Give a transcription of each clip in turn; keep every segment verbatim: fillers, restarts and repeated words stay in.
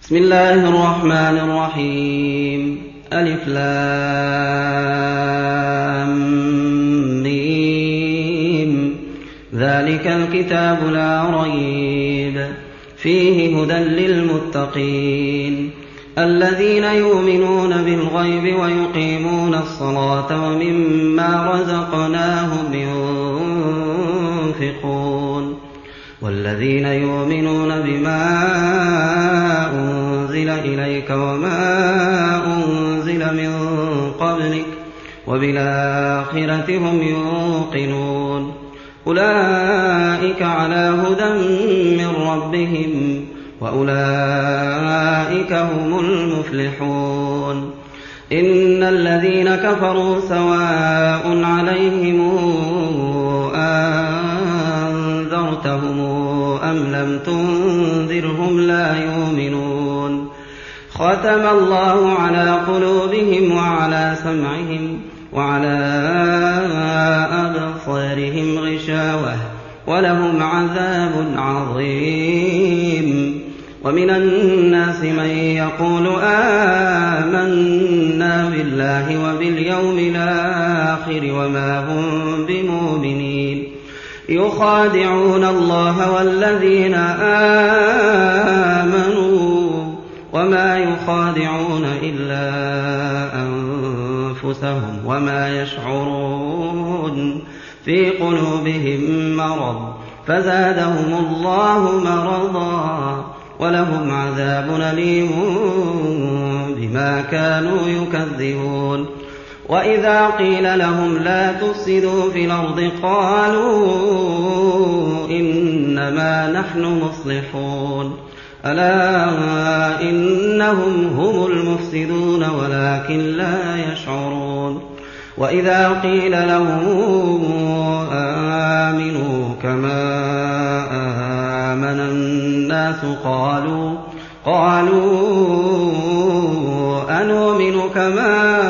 بسم الله الرحمن الرحيم. ألف لام ميم. ذلك الكتاب لا ريب فيه هدى للمتقين الذين يؤمنون بالغيب ويقيمون الصلاة ومما رزقناهم ينفقون والذين يؤمنون بما أنزل إليك وما أنزل من قبلك وبالآخرة هم يوقنون أولئك على هدى من ربهم وأولئك هم المفلحون. إن الذين كفروا سواء عليهم أنذرتهم أم لم تنذرهم لا يؤمنون. ختم الله على قلوبهم وعلى سمعهم وعلى أبصارهم غشاوة ولهم عذاب عظيم. ومن الناس من يقول آمنا بالله وباليوم الآخر وما هم بمؤمنين يخادعون الله والذين آمنوا وما يخادعون إلا أنفسهم وما يشعرون. في قلوبهم مرض فزادهم الله مرضا ولهم عذاب أليم بما كانوا يكذبون. وإذا قيل لهم لا تفسدوا في الأرض قالوا إنما نحن مصلحون ألا إنهم هم المفسدون ولكن لا يشعرون. وإذا قيل لهم آمنوا كما آمن الناس قالوا قالوا أنؤمن كما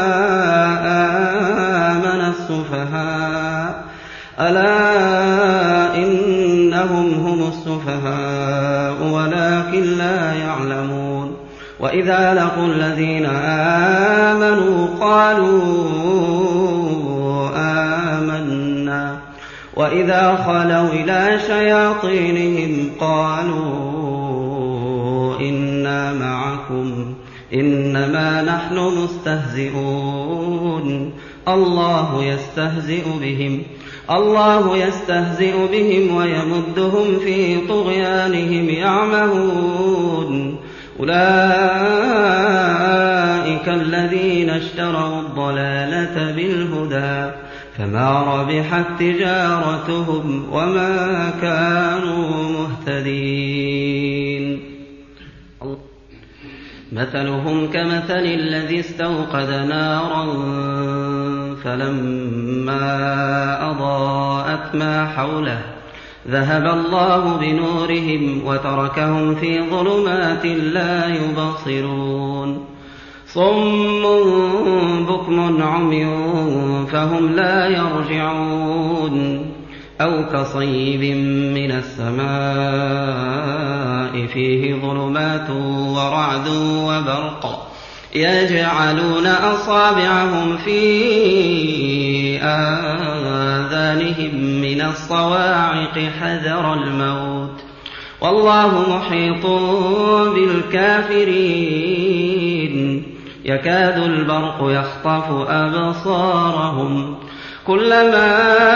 آمن السفهاء ألا إنهم هم السفهاء ولكن لا يعلمون. وإذا لقوا الذين آمنوا قالوا آمنا وإذا خلوا إلى شياطينهم قالوا إنا معكم إنما نحن مستهزئون. الله يستهزئ بهم الله يستهزئ بهم ويمدهم في طغيانهم يعمهون. أولئك الذين اشتروا الضلالة بالهدى فما ربحت تجارتهم وما كانوا مهتدين. مثلهم كمثل الذي استوقد نارا فلما أضاءت ما حوله ذهب الله بنورهم وتركهم في ظلمات لا يبصرون. صم بكم عمي فهم لا يرجعون. أو كصيب من السماء فيه ظلمات ورعد وبرق يجعلون أصابعهم في آذانهم من الصواعق حذر الموت والله محيط بالكافرين. يكاد البرق يخطف أبصارهم كلما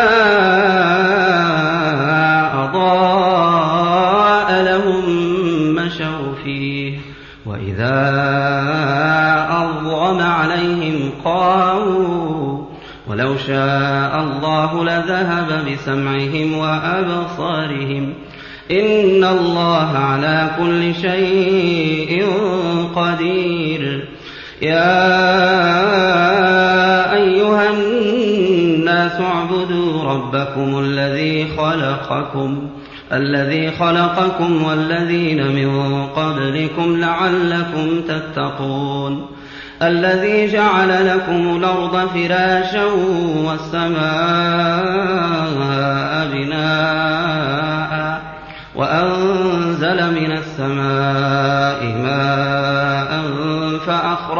أضاء لهم مشوا فيه وإذا أظلم عليهم قاموا ولو شاء الله لذهب بسمعهم وأبصارهم إن الله على كل شيء قدير. يا أيها الناس اعبدوا ربكم الذي خلقكم الذي خلقكم والذين من قبلكم لعلكم تتقون. الذي جعل لكم الأرض فراشا والسماء بناء وأنزل من السماء ماء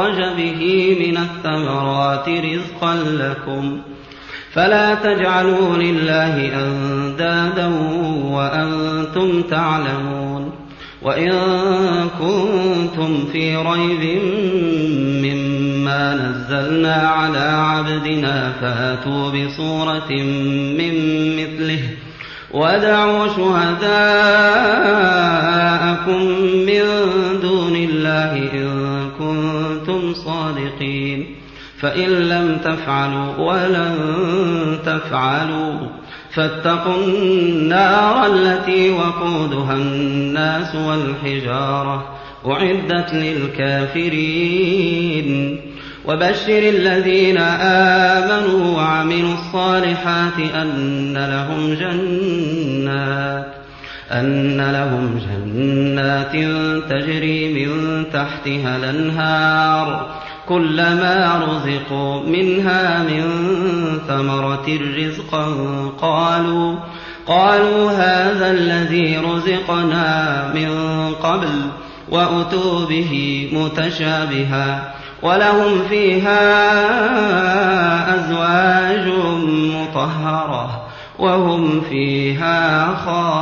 أخرج به من الثمرات رزقا لكم فلا تجعلوا لله أندادا وأنتم تعلمون وإن كنتم في ريب مما نزلنا على عبدنا فأتوا بصورة من مثله وادعوا شهداءكم من دون الله إن كنتم صادقين فإن لم تفعلوا ولن تفعلوا فاتقوا النار التي وقودها الناس والحجارة أعدت للكافرين وبشر الذين آمنوا وعملوا الصالحات أن لهم جنات أن لهم جنات تجري من تحتها الأنهار كلما رزقوا منها من ثمرة رزقا قالوا قالوا هذا الذي رزقنا من قبل وأتوا به متشابها ولهم فيها أزواج مطهرة وهم فيها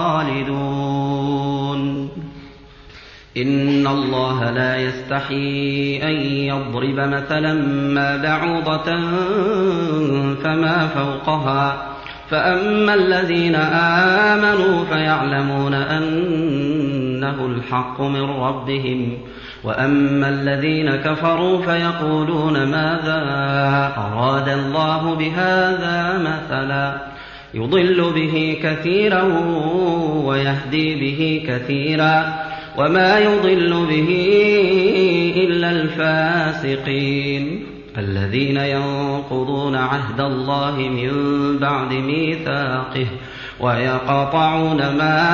خالدون إن الله لا يستحي أن يضرب مثلا ما بعوضة فما فوقها فأما الذين آمنوا فيعلمون أنه الحق من ربهم وأما الذين كفروا فيقولون ماذا أراد الله بهذا مثلا يضل به كثيرا ويهدي به كثيرا وما يضل به إلا الفاسقين الذين ينقضون عهد الله من بعد ميثاقه ويقطعون ما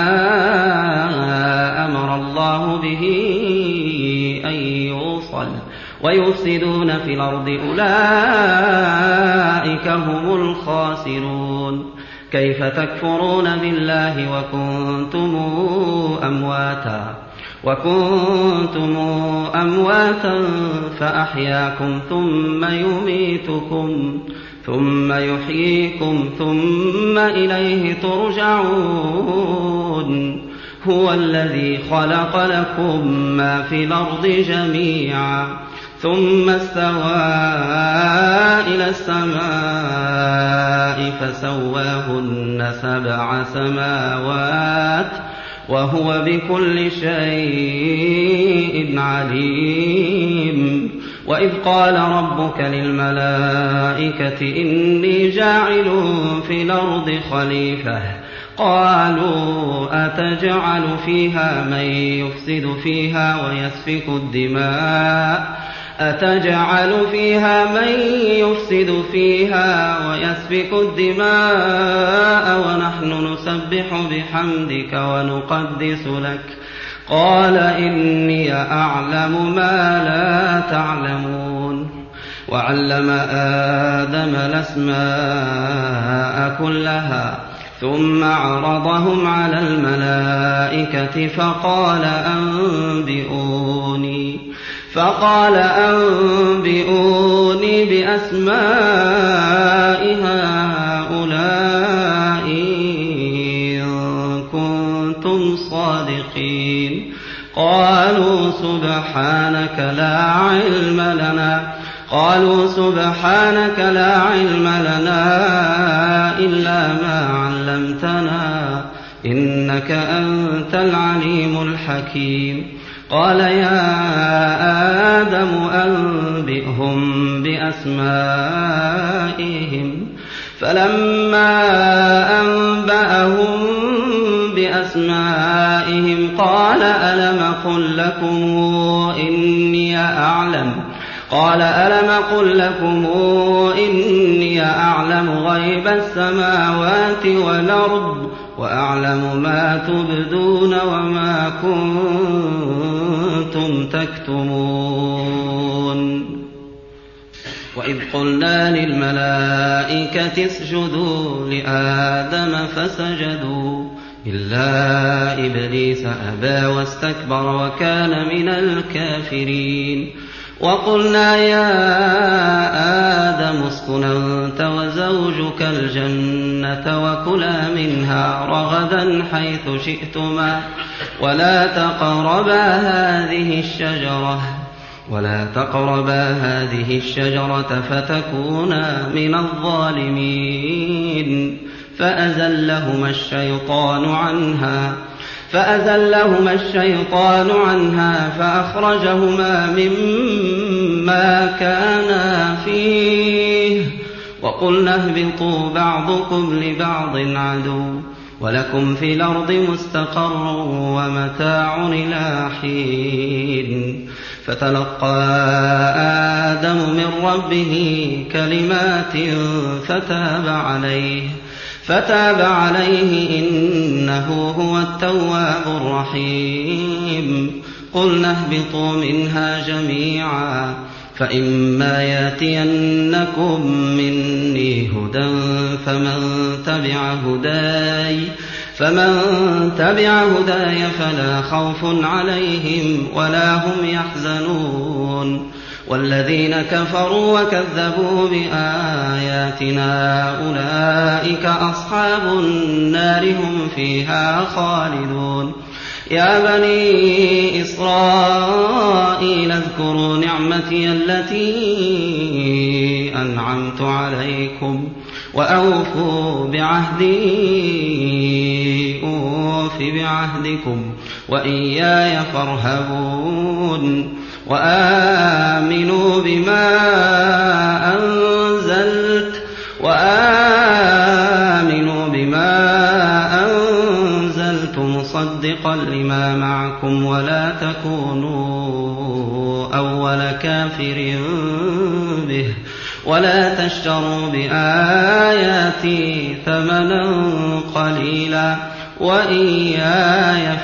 أمر الله به أن يوصل ويفسدون في الأرض أولئك هم الخاسرون كيف تكفرون بالله وكنتم أمواتا وكنتم أمواتا فأحياكم ثم يميتكم ثم يحييكم ثم إليه ترجعون هو الذي خلق لكم ما في الأرض جميعا ثم استوى إلى السماء فسواهن سبع سماوات وهو بكل شيء عليم وإذ قال ربك للملائكة إني جاعل في الأرض خليفة قالوا أتجعل فيها من يفسد فيها ويسفك الدماء أتجعل فيها من يفسد فيها ويسفك الدماء ونحن نسبح بحمدك ونقدس لك قال إني أعلم ما لا تعلمون وعلم آدم الأسماء كلها ثم عرضهم على الملائكة فقال أنبئوني فقال أنبئوني بأسماء هؤلاء إن كنتم صادقين قالوا سبحانك لا علم لنا قالوا سبحانك لا علم لنا إلا ما علمتنا إنك أنت العليم الحكيم قال يا آدم أنبئهم بأسمائهم فلما أنبأهم بأسمائهم قال ألم قل لكم إني أعلم قال ألم قل لكم إني أعلم غيب السماوات والأرض وأعلم ما تبدون وما كنتم تكتمون وإذ قلنا للملائكة اسجدوا لآدم فسجدوا إلا إبليس أبى واستكبر وكان من الكافرين وقلنا يا آدم اسكن أنت وزوجك الجنة وكلا منها رغدا حيث شئتما ولا تقربا هذه الشجرة ولا تقربا هذه الشجرة فتكونا من الظالمين فأزلهما الشيطان عنها فأزلهما الشيطان عنها فأخرجهما مما كانا فيه وقلنا اهبطوا بعضكم لبعض عدو ولكم في الأرض مستقر ومتاع إلى حين فتلقى آدم من ربه كلمات فتاب عليه فتاب عليه إنه هو التواب الرحيم قلنا اهبطوا منها جميعا فإما يأتينكم مني هدى فمن تبع هداي فمن تبع هداي فلا خوف عليهم ولا هم يحزنون والذين كفروا وكذبوا بآياتنا أولئك أصحاب النار هم فيها خالدون يا بني إسرائيل اذكروا نعمتي التي أنعمت عليكم وأوفوا بعهدي أوف بعهدكم وإياي فارهبون وآمنوا بما أنزلت وآمنوا بما أنزلت مصدقا لما معكم ولا تكونوا أول كافر به ولا تشتروا بآياتي ثمنا قليلا وإياي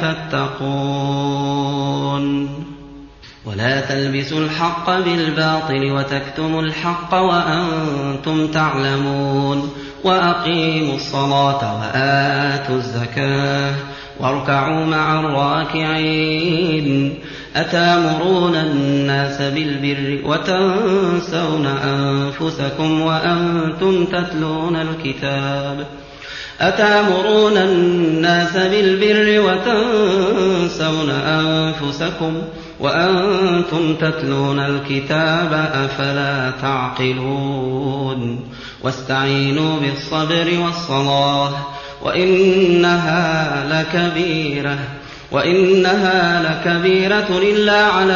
فاتقون ولا تلبسوا الحق بالباطل وتكتموا الحق وأنتم تعلمون وأقيموا الصلاة وآتوا الزكاة واركعوا مع الراكعين أتامرون الناس بالبر وتنسون أنفسكم وأنتم تتلون الكتاب أتامرون الناس بالبر وتنسون أنفسكم وأنتم تتلون الكتاب أفلا تعقلون واستعينوا بالصبر والصلاة وإنها لكبيرة وإنها لكبيرة إلا على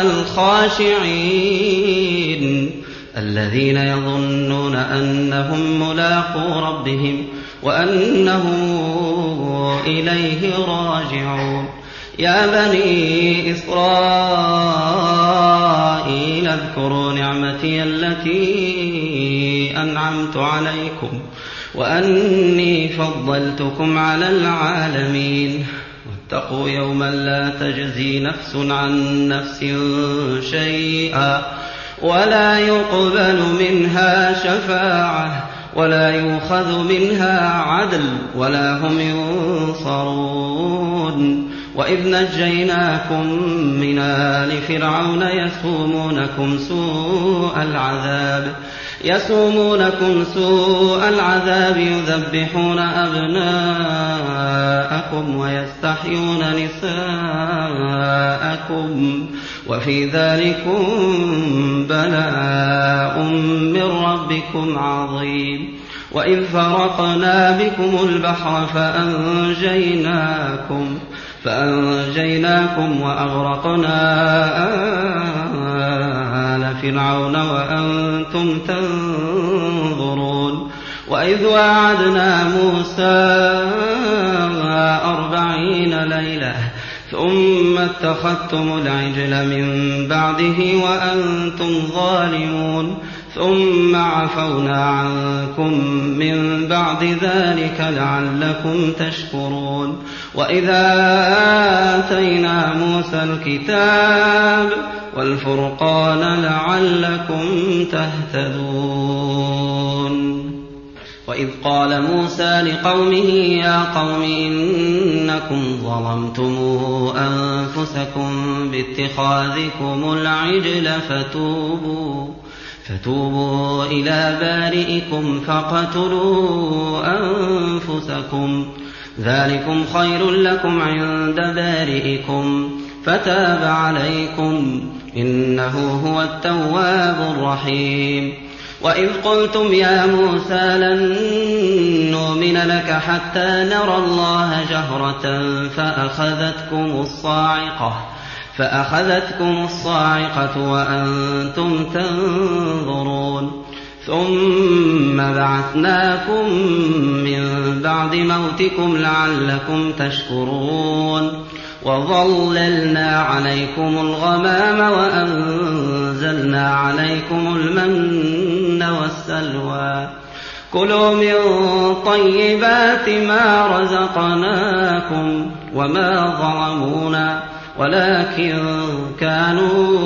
الخاشعين الذين يظنون أنهم ملاقو ربهم وأنهم إليه راجعون يا بني إسرائيل اذكروا نعمتي التي أنعمت عليكم وأني فضلتكم على العالمين واتقوا يوما لا تجزي نفس عن نفس شيئا ولا يقبل منها شفاعة ولا يؤخذ منها عدل ولا هم ينصرون وإذ نجيناكم من آل فرعون يسومونكم سوء العذاب يسومونكم سوء العذاب يذبحون أبناءكم ويستحيون نساءكم وفي ذلكم بلاء من ربكم عظيم وإذ فرقنا بكم البحر فأنجيناكم فأنجيناكم وأغرقنا آل فرعون وأنتم تنظرون وإذ واعدنا موسى أربعين ليلة ثم اتخذتم العجل من بعده وأنتم ظالمون ثم عفونا عنكم من بعد ذلك لعلكم تشكرون وإذا آتينا موسى الكتاب والفرقان لعلكم تهتدون وإذ قال موسى لقومه يا قوم إنكم ظلمتم أنفسكم باتخاذكم العجل فتوبوا, فتوبوا إلى بارئكم فاقتلوا أنفسكم ذلكم خير لكم عند بارئكم فتاب عليكم إنه هو التواب الرحيم. وإذ قلتم يا موسى لن نؤمن لك حتى نرى الله جهرة فأخذتكم الصاعقة فأخذتكم الصاعقة وأنتم تنظرون ثم بعثناكم من بعد موتكم لعلكم تشكرون وظللنا عليكم الغمام وأنزلنا عليكم المن والسلوى كلوا من طيبات ما رزقناكم وما ظلمونا ولكن كانوا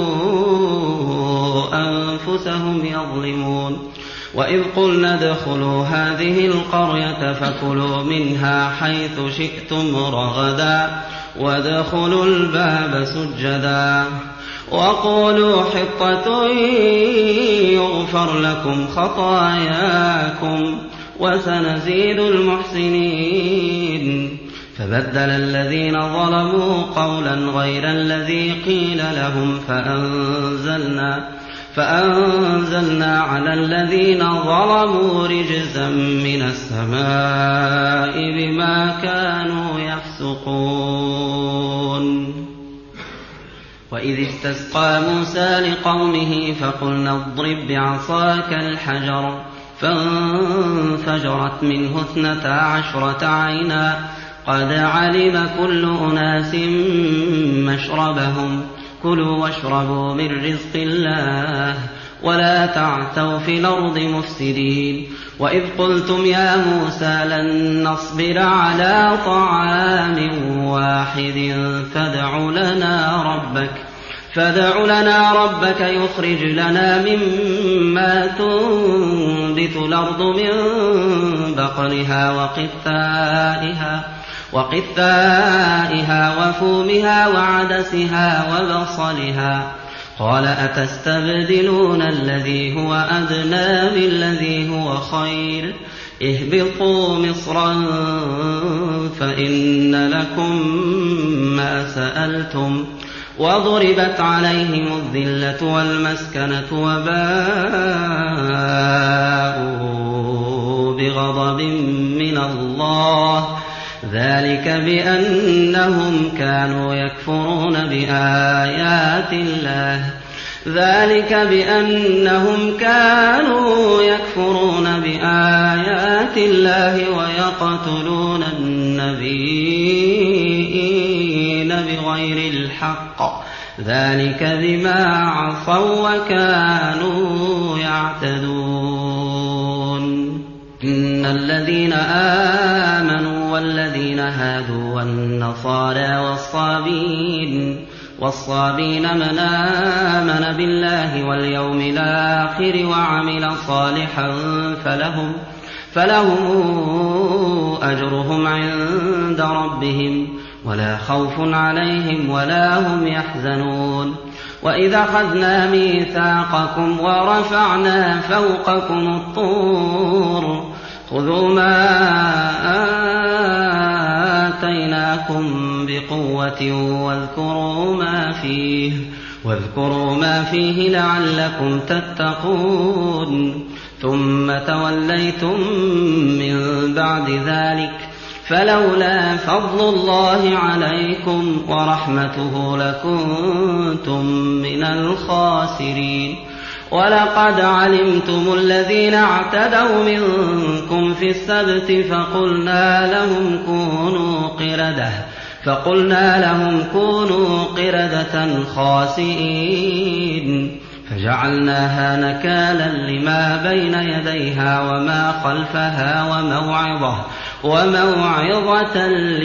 أنفسهم يظلمون. وإذ قلنا ادخلوا هذه القرية فكلوا منها حيث شئتم رغدا وادخلوا الباب سجدا وقولوا حطة يغفر لكم خطاياكم وسنزيد المحسنين. فبدل الذين ظلموا قولا غير الذي قيل لهم فأنزلنا, فأنزلنا على الذين ظلموا رجزا من السماء بما كانوا يفسقون. وإذ استسقى موسى لقومه فقلنا اضرب بعصاك الحجر فانفجرت منه اثنتا عشرة عينا قد علم كل أناس مشربهم كلوا واشربوا من رزق الله ولا تعثوا في الأرض مفسدين. وإذ قلتم يا موسى لن نصبر على طعام واحد فادع لنا ربك فادع لنا ربك يخرج لنا مما تنبت الأرض من بقلها وقثائها وقثائها وفومها وعدسها وبصلها قال أتستبدلون الذي هو أدنى بالذي هو خير اهبطوا مصرا فإن لكم ما سألتم وضربت عليهم الذلة والمسكنة وباءوا بغضب من الله ذلك بأنهم كانوا يكفرون بآيات الله ذلك بأنهم كانوا يكفرون بآيات الله ويقتلون النبيين بغير الحق ذلك بما عصوا وكانوا يعتدون. إن الذين آمنوا والذين هادوا والنصارى والصابين والصابين من آمن بالله واليوم الآخر وعمل صالحا فلهم, فلهم أجرهم عند ربهم ولا خوف عليهم ولا هم يحزنون. وإذا أخذنا ميثاقكم ورفعنا فوقكم الطور خذوا ما آتيناكم بقوة واذكروا ما فيه واذكروا ما فيه لعلكم تتقون. ثم توليتم من بعد ذلك فلولا فضل الله عليكم ورحمته لكنتم من الخاسرين. ولقد علمتم الذين اعتدوا منكم في السبت فقلنا لهم كونوا قردة فقلنا لهم كونوا قردة خاسئين فجعلناها نكالا لما بين يديها وما خلفها وموعظة وموعظة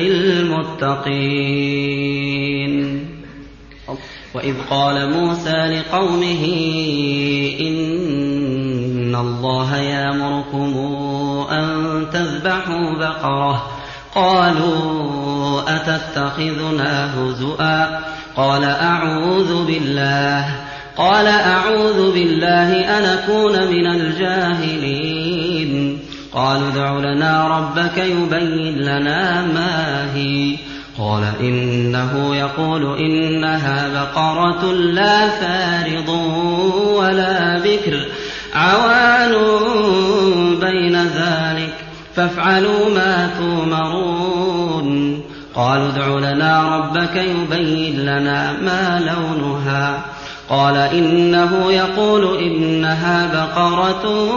للمتقين. وإذ قال موسى لقومه إن الله يأمركم أن تذبحوا بقرة قالوا أتتخذنا هزؤا قال أعوذ بالله قال أعوذ بالله أن أكون من الجاهلين قالوا ادع لنا ربك يبين لنا ما هي قال إنه يقول إنها بقرة لا فارض ولا بكر عوان بين ذلك فافعلوا ما تؤمرون قالوا ادع لنا ربك يبين لنا ما لونها قال إنه يقول إنها بقرة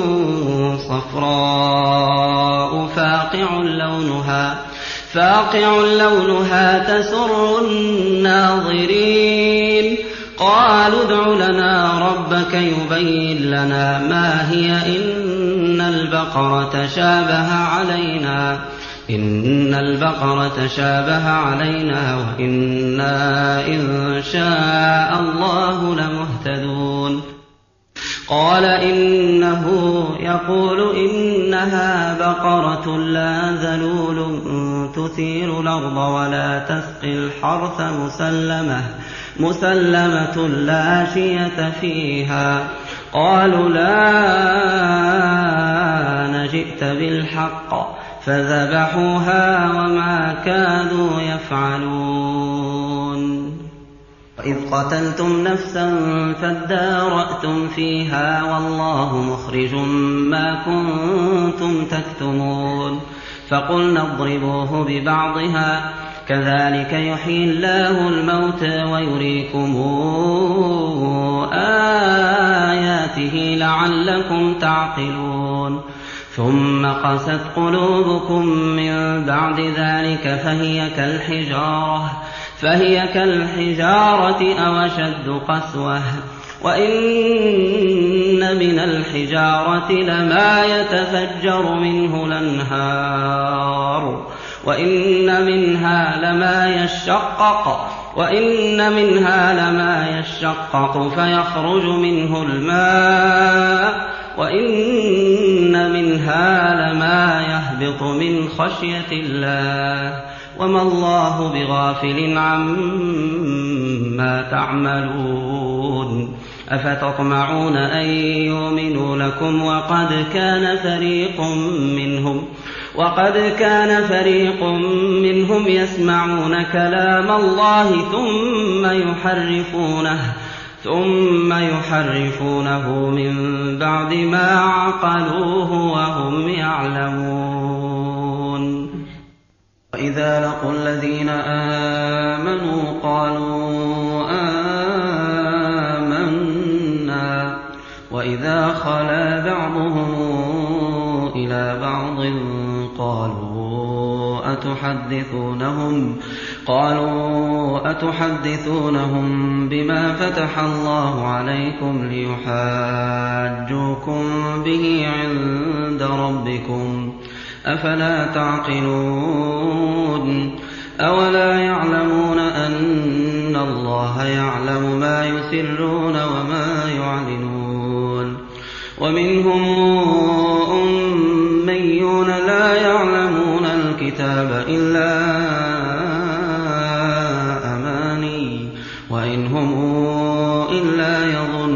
صفراء فاقع لونها فاقع لونها تسر الناظرين قالوا ادع لنا ربك يبين لنا ما هي إن البقرة شابه علينا إن البقرة شابه علينا وإنا إن شاء الله لمهتدون قال إنه يقول إنها بقرة لا ذلول تثير الأرض ولا تسقي الحرث مسلمة مسلمة لا شية فيها قالوا لا نجئت بالحق فذبحوها وما كادوا يفعلون وإذ قتلتم نفسا فادارأتم فيها والله مخرج ما كنتم تكتمون فقلنا اضربوه ببعضها كذلك يحيي الله الموت ويريكم آياته لعلكم تعقلون ثم قست قلوبكم من بعد ذلك فهي كالحجارة فهي كالحجارة أو أشد قسوة وإن من الحجارة لما يتفجر منه الأنهار وإن منها لما يشقق وإن منها لما يشقق فيخرج منه الماء وإن منها لما يهبط من خشية الله وما الله بغافل عما تعملون أفتطمعون أن يؤمنوا لكم وقد كان فريق منهم وقد كان فريق منهم يسمعون كلام الله ثم يحرفونه ثم يحرفونه من بعد ما عقلوه وهم يعلمون وإذا لقوا الذين آمنوا قالوا آمنا وإذا خلا بعضهم إلى بعض قالوا أتحدثونهم قالوا أتحدثونهم بما فتح الله عليكم ليحاجوكم به عند ربكم أفلا تعقلون أولا يعلمون أن الله يعلم ما يسرون وما يعلنون ومنهم أميون لا يعلمون الكتاب إلا أماني وإن هم إلا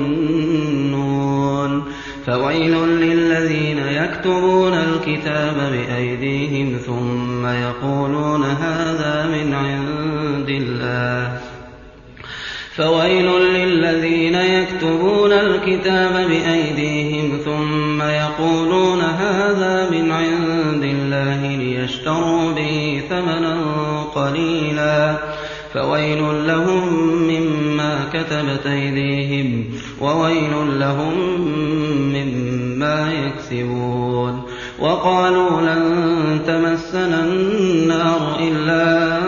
يظنون فويل للذين يكتبون الكتاب بأيديهم ثم يقولون هذا من عند الله فويل للذين يكتبون الكتاب بأيديهم ثم يقولون هذا من عند الله ليشتروا به ثمنا قليلا فويل لهم مما كتبت أيديهم وويل لهم مما يكسبون وقالوا لن تمسنا النار إلا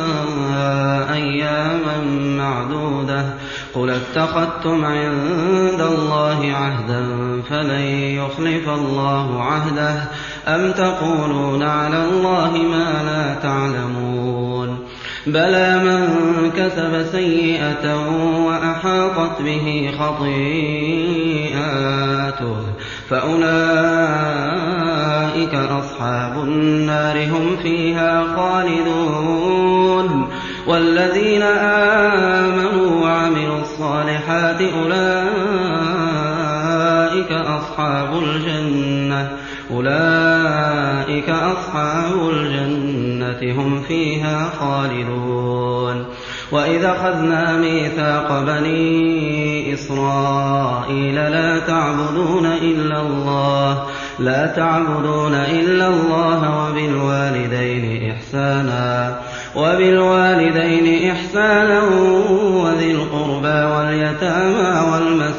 أياما معدودة قل اتخذتم عند الله عهدا فلن يخلف الله عهده أم تقولون على الله ما لا تعلمون بلى من كسب سيئة وأحاطت به خطيئاته فأولئك أولئك أصحاب النار هم فيها خالدون والذين آمنوا وعملوا الصالحات أولئك أصحاب الجنة أولئك أصحاب الجنة هم فيها خالدون وإذا أخذنا ميثاق بني إسرائيل لا تعبدون إلا الله لا تعبدون إلا الله وبالوالدين إحسانا وبالوالدين إحسانا وذي القربى واليتامى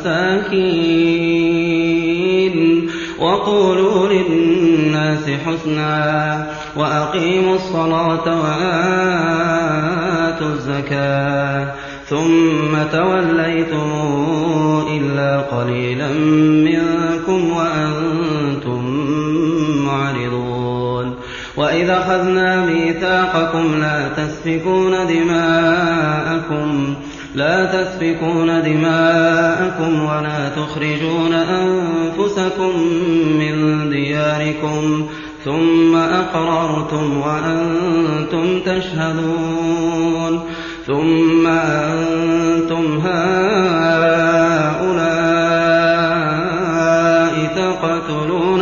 والمساكين وقولوا للناس حسنا وأقيموا الصلاة وآتوا الزكاة ثم توليتم إلا قليلا منكم وأنتم معرضون وإذا أخذنا ميثاقكم لا تسفكون دماءكم لا تسفكون دماءكم ولا تخرجون أنفسكم من دياركم ثم أقررتم وأنتم تشهدون ثم أنتم هؤلاء تقتلون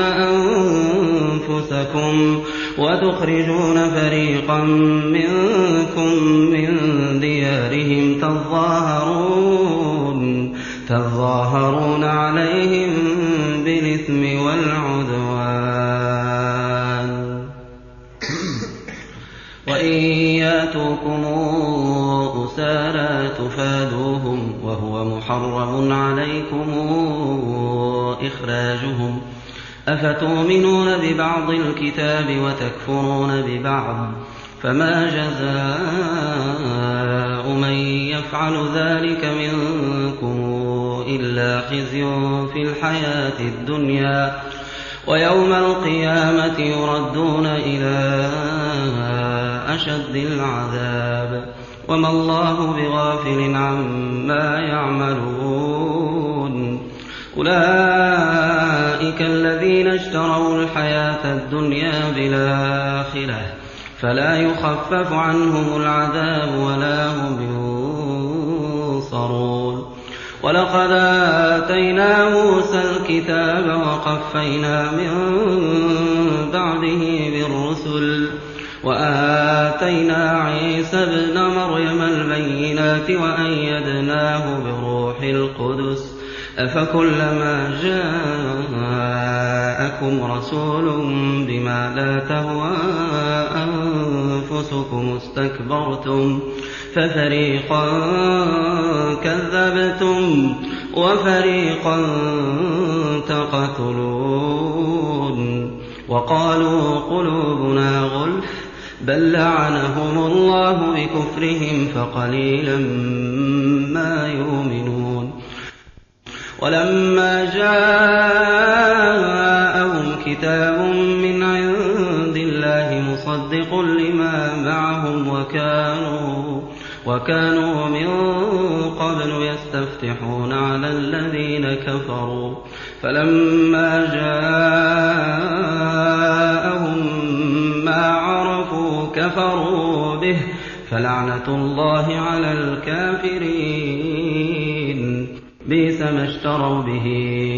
أنفسكم وتخرجون فريقا منكم من ديارهم تظاهرون تظاهرون عليهم بالإثم والعدوان وإن ياتوكم أسارى تفادوهم وهو محرم عليكم إخراجهم أفتؤمنون ببعض الكتاب وتكفرون ببعض فما جزاء من يفعل ذلك منكم إلا خزي في الحياة الدنيا ويوم القيامة يردون إلى أشد العذاب وما الله بغافل عما يعملون أولئك الذين اشتروا الحياة الدنيا بالآخرة فلا يخفف عنهم العذاب ولا هم ينصرون ولقد آتينا موسى الكتاب وقفينا من بعده بالرسل وآتينا عيسى ابن مريم البينات وأيدناه بروح القدس أفكلما جاءكم رسول بما لا تهوى أنفسكم استكبرتم ففريقا كذبتم وفريقا تقتلون وقالوا قلوبنا غلف بل لعنهم الله بكفرهم فقليلا ما يؤمنون ولما جاءهم كتاب من عند الله مصدق لما معهم وكانوا وكانوا من قبل يستفتحون على الذين كفروا فلما جاءهم ما عرفوا كفروا به فلعنة الله على الكافرين بئس ما اشتروا به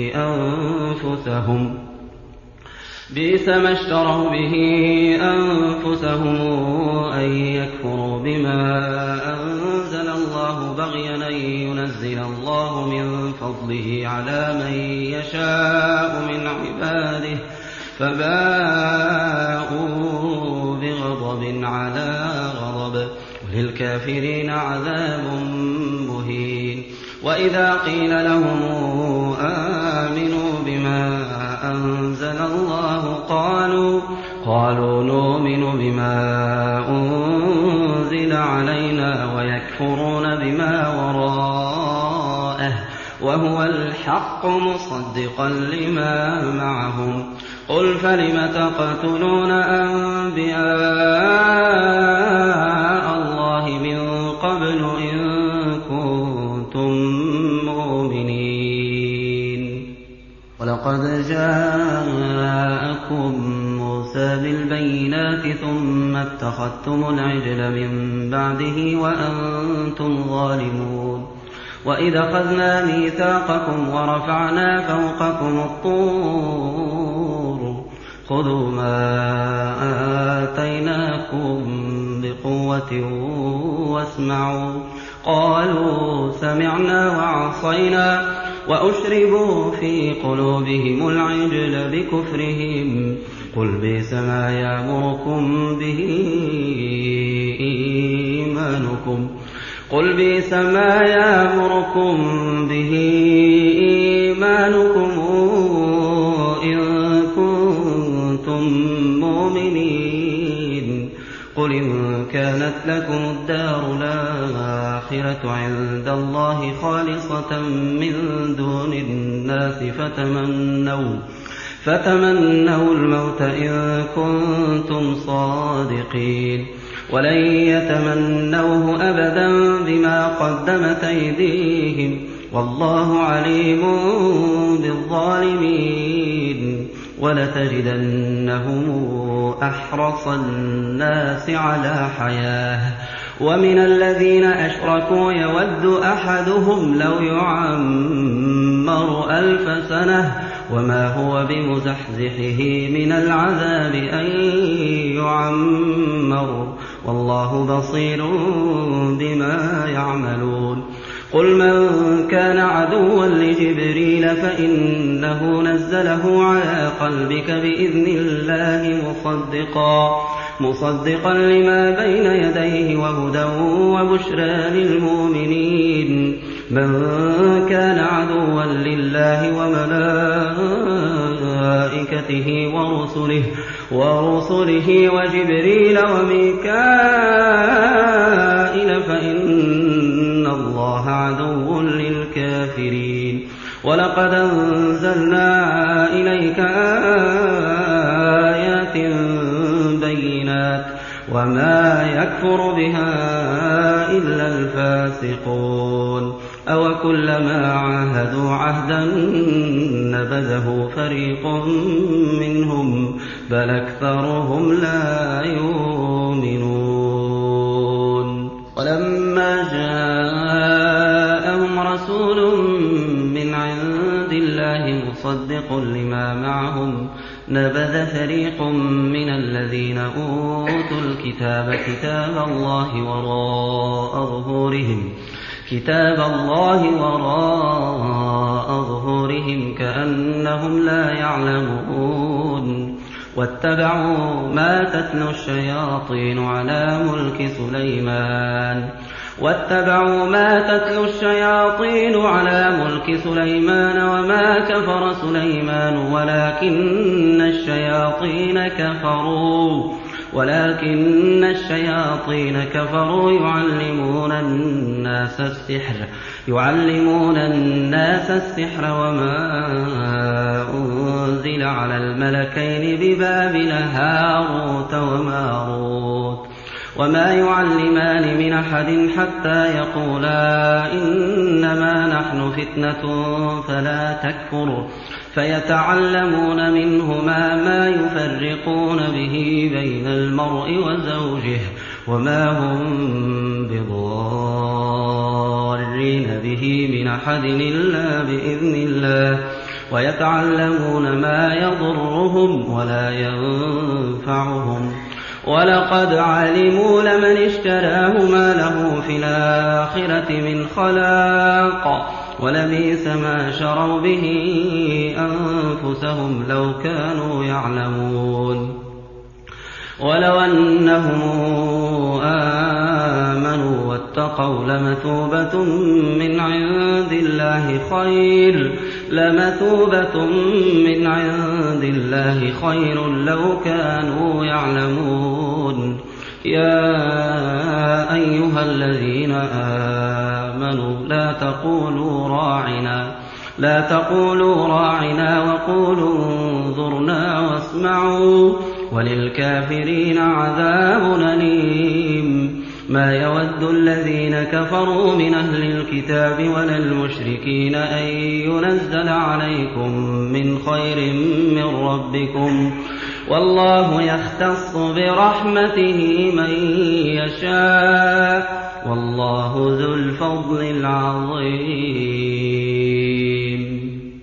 أنفسهم بئس ما اشتروا به أنفسهم أن يكفروا بما أنزل الله بغيا أن ينزل الله من فضله على من يشاء من عباده فباءوا بغضب على غضب وللكافرين عذاب مهين وإذا قيل لهم آمنوا بما أنزل الله قالوا قالوا نؤمن بما أنزل علينا ويكفرون بما وراءه وهو الحق مصدقا لما معهم قل فلم تقتلون أنبياء الله من قبل إن كنتم مؤمنين ولقد جاءكم موسى بالبينات ثم اتخذتم العجل من بعده وأنتم ظالمون وإذ أخذنا ميثاقكم ورفعنا فوقكم الطور خذوا ما آتيناكم بقوة واسمعوا قالوا سمعنا وعصينا وأشربوا في قلوبهم العجل بكفرهم قل بئس ما يأمركم به إيمانكم قل بئس ما يأمركم به إيمانكم إن كنتم مؤمنين قل إن كانت لكم الدار الآخرة عند الله خالصة من دون الناس فتمنوا فتمنوا الموت إن كنتم صادقين ولن يتمنوه أبدا بما قدمت أيديهم والله عليم بالظالمين ولتجدنهم أحرص الناس على حياة ومن الذين أشركوا يود أحدهم لو يعمر ألف سنة وما هو بمزحزحه من العذاب أن يعمر والله بصير بما يعملون قل من كان عدوا لجبريل فإنه نزله على قلبك بإذن الله مصدقا مصدقا لما بين يديه وهدى وبشرى للمؤمنين من كان عدوا لله وملائكته ورسله ورسله وجبريل وميكائيل فإن الله عدو للكافرين ولقد أنزلنا إليك آيات بينات وما يكفر بها إلا الفاسقون أو كلما عاهدوا عهدا نبذه فريق منهم بل أكثرهم لا يؤمنون ولما جاءهم رسول من عند الله مصدق لما معهم نبذ فريق من الذين أوتوا الكتاب كتاب الله وراء ظهورهم كتاب الله وراء ظهورهم كأنهم لا يعلمون واتبعوا ما تتلو الشياطين على ملك سليمان واتبعوا ما تتلو الشياطين على ملك سليمان وما كفر سليمان ولكن الشياطين كفروا ولكن الشياطين كفروا يعلمون الناس السحر يعلمون الناس السحر وما أنزل على الملكين ببابل هاروت وماروت وما يعلمان من أحد حتى يقولا إنما نحن فتنة فلا تكفر فيتعلمون منهما ما يفرقون به بين المرء وزوجه وما هم بضارين به من أحد إلا بإذن الله ويتعلمون ما يضرهم ولا ينفعهم ولقد علموا لمن اشتراه ما له في الآخرة من خلاق ولبئس ما شروا به أنفسهم لو كانوا يعلمون ولو أنهم آمنوا واتقوا لمثوبة من عند الله خير لمثوبة من عند الله خير لو كانوا يعلمون يا أيها الذين آمنوا لا تقولوا راعنا لا تقولوا راعنا وقولوا انظرنا واسمعوا وللكافرين عذاب أليم ما يود الذين كفروا من أهل الكتاب ولا المشركين أن ينزل عليكم من خير من ربكم والله يختص برحمته من يشاء والله ذو الفضل العظيم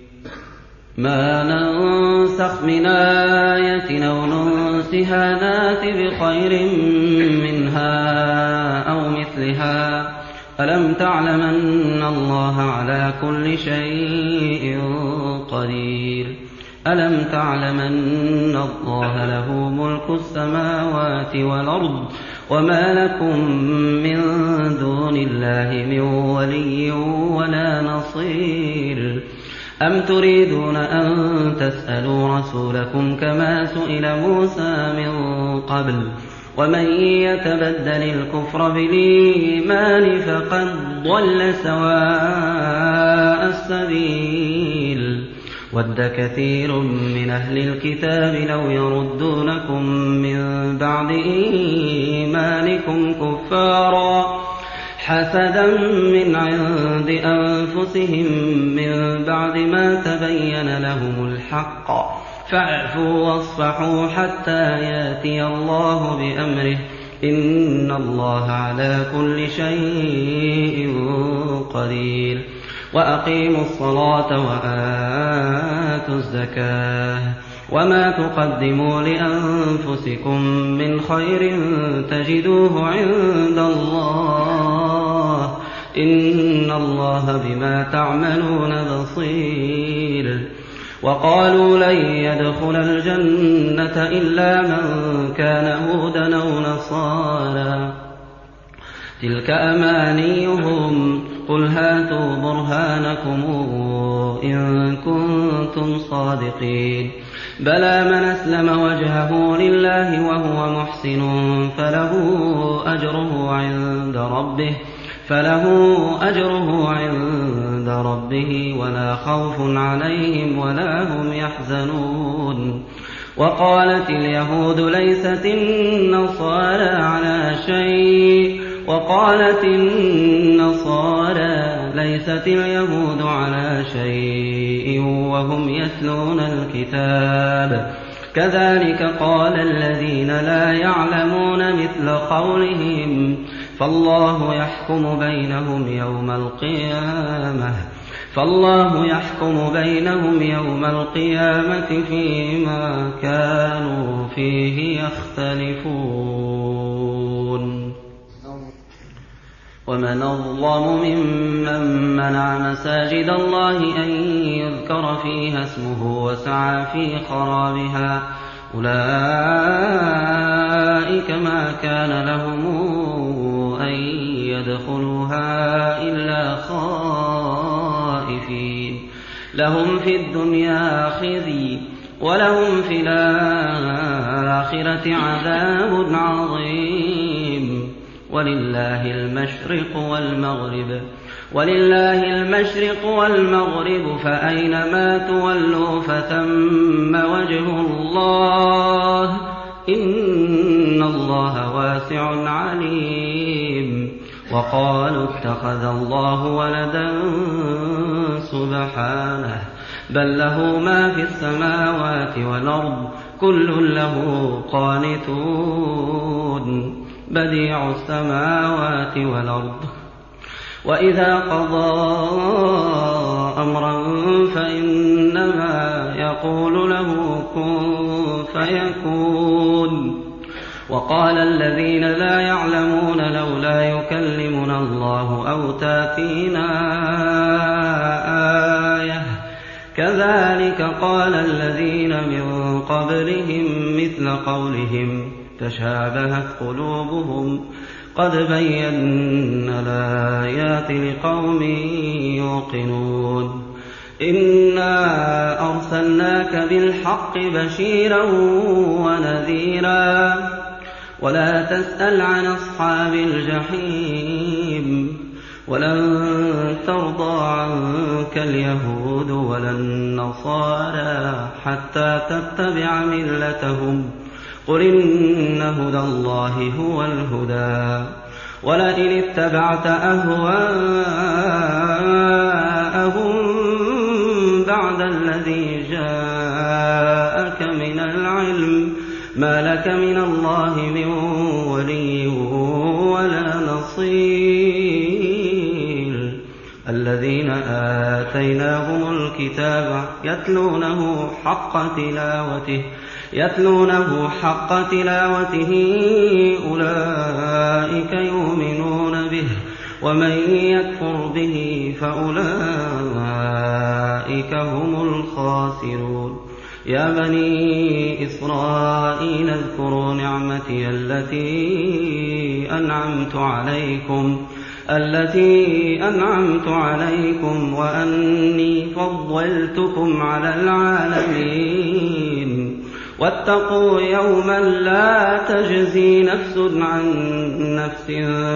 ما ننسخ من آية أو ننسها نات بخير منها أو مثلها ألم تعلم أن الله على كل شيء قدير ألم تعلم أن الله له ملك السماوات والأرض وما لكم من دون الله من ولي ولا نصير أم تريدون أن تسألوا رسولكم كما سئل موسى من قبل ومن يتبدل الكفر بالإيمان فقد ضل سواء السبيل ود كثير من أهل الكتاب لو يردونكم من بعد إيمانكم كفارا حسدا من عند أنفسهم من بعد ما تبين لهم الحق فاعفوا واصفحوا حتى يأتي الله بأمره إن الله على كل شيء قدير وأقيموا الصلاة وآتوا الزكاة وما تقدموا لأنفسكم من خير تجدوه عند الله إن الله بما تعملون بصير وقالوا لن يدخل الجنة إلا من كان هودا أو نصارى تلك أمانيهم قل هاتوا برهانكم إن كنتم صادقين بلى من أسلم وجهه لله وهو محسن فله أجره عند ربه فله أجره عند ربه ولا خوف عليهم ولا هم يحزنون وقالت اليهود ليست النصارى على شيء وقالت النصارى ليست اليهود على شيء وهم يتلون الكتاب كذلك قال الذين لا يعلمون مثل قولهم فالله يحكم بينهم يوم القيامة فالله يحكم بينهم يوم القيامة فيما كانوا فيه يختلفون ومن أظلم ممن منع مساجد الله أن يذكر فيها اسمه وسعى في خرابها أولئك ما كان لهم أن يدخلوها إلا خائفين لهم في الدنيا خزي ولهم في الآخرة عذاب عظيم ولله المشرق والمغرب ولله المشرق والمغرب فأينما تولوا فثم وجه الله إن الله واسع عليم وقالوا اتخذ الله ولدا سبحانه بل له ما في السماوات والأرض كل له قانتون بديع السماوات والأرض وإذا قضى أمرا فإنما يقول له كن فيكون وقال الذين لا يعلمون لولا يكلمنا الله أو تأتينا آية كذلك قال الذين من قبلهم مثل قولهم تشابهت قلوبهم قد بينا الآيات لقوم يوقنون إنا أرسلناك بالحق بشيرا ونذيرا ولا تسأل عن أصحاب الجحيم ولن ترضى عنك اليهود ولا النصارى حتى تتبع ملتهم قل إن هدى الله هو الهدى ولئن اتبعت أهواءهم بعد الذي جاءك من العلم ما لك من الله من ولي ولا نصير الذين آتيناهم الكتاب يتلونه حق تلاوته يتلونه حق تلاوته أولئك يؤمنون به ومن يكفر به فأولئك هم الخاسرون يا بني إسرائيل اذكروا نعمتي التي أنعمت عليكم التي أنعمت عليكم وأني فضلتكم على العالمين واتقوا يوما لا تجزي نفس عن نفس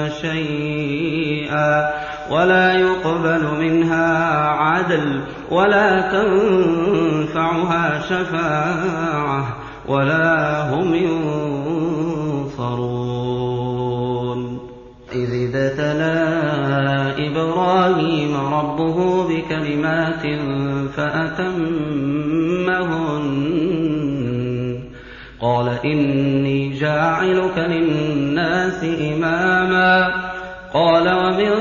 شيئا ولا يقبل منها عدل ولا تنفعها شفاعة ولا هم ينصرون إذ ابتلى إبراهيم ربه بكلمات فأتمهن قال إني جاعلك للناس إماما قال ومن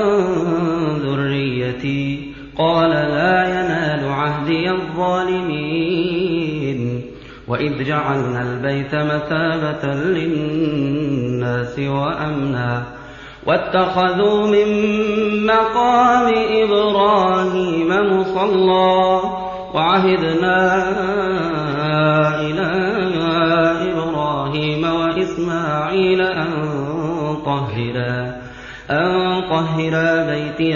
ذريتي قال لا ينال عهدي الظالمين وإذ جعلنا البيت مثابة للناس وأمنا واتخذوا من مقام إبراهيم مصلى وعهدنا إلى إبراهيم وإسماعيل أن طهرا أن طهرا بيتي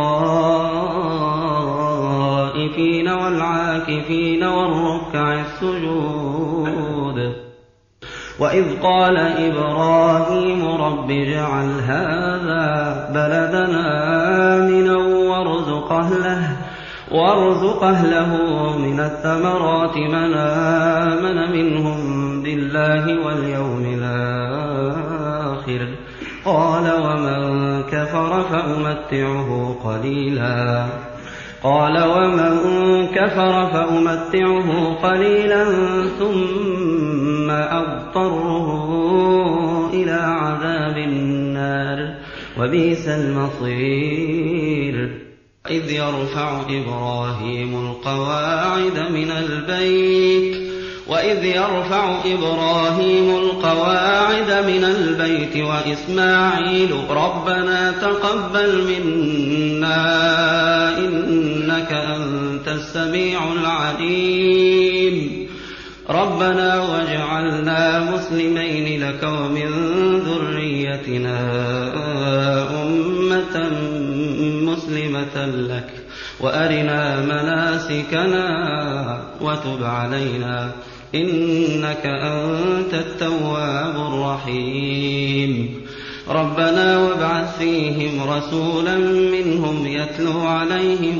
للطائفين والعاكفين والركع السجود وإذ قال إبراهيم رب اجعل هذا بلدنا آمنا وارزق أهله وارزق أهله من الثمرات من آمن منهم بالله واليوم الآخر قال ومن كفر فأمتعه قليلا قال ومن كفر فأمتعه قليلا ثم أضطره إلى عذاب النار وبئس المصير إذ يرفع إبراهيم القواعد من البيت وإذ يرفع إبراهيم القواعد من البيت وإسماعيل ربنا تقبل منا إنك أنت السميع العليم ربنا واجعلنا مسلمين لك ومن ذريتنا أمة مسلمة لك وأرنا مناسكنا وتب علينا إنك أنت التواب الرحيم ربنا وابعث فيهم رسولا منهم يتلو عليهم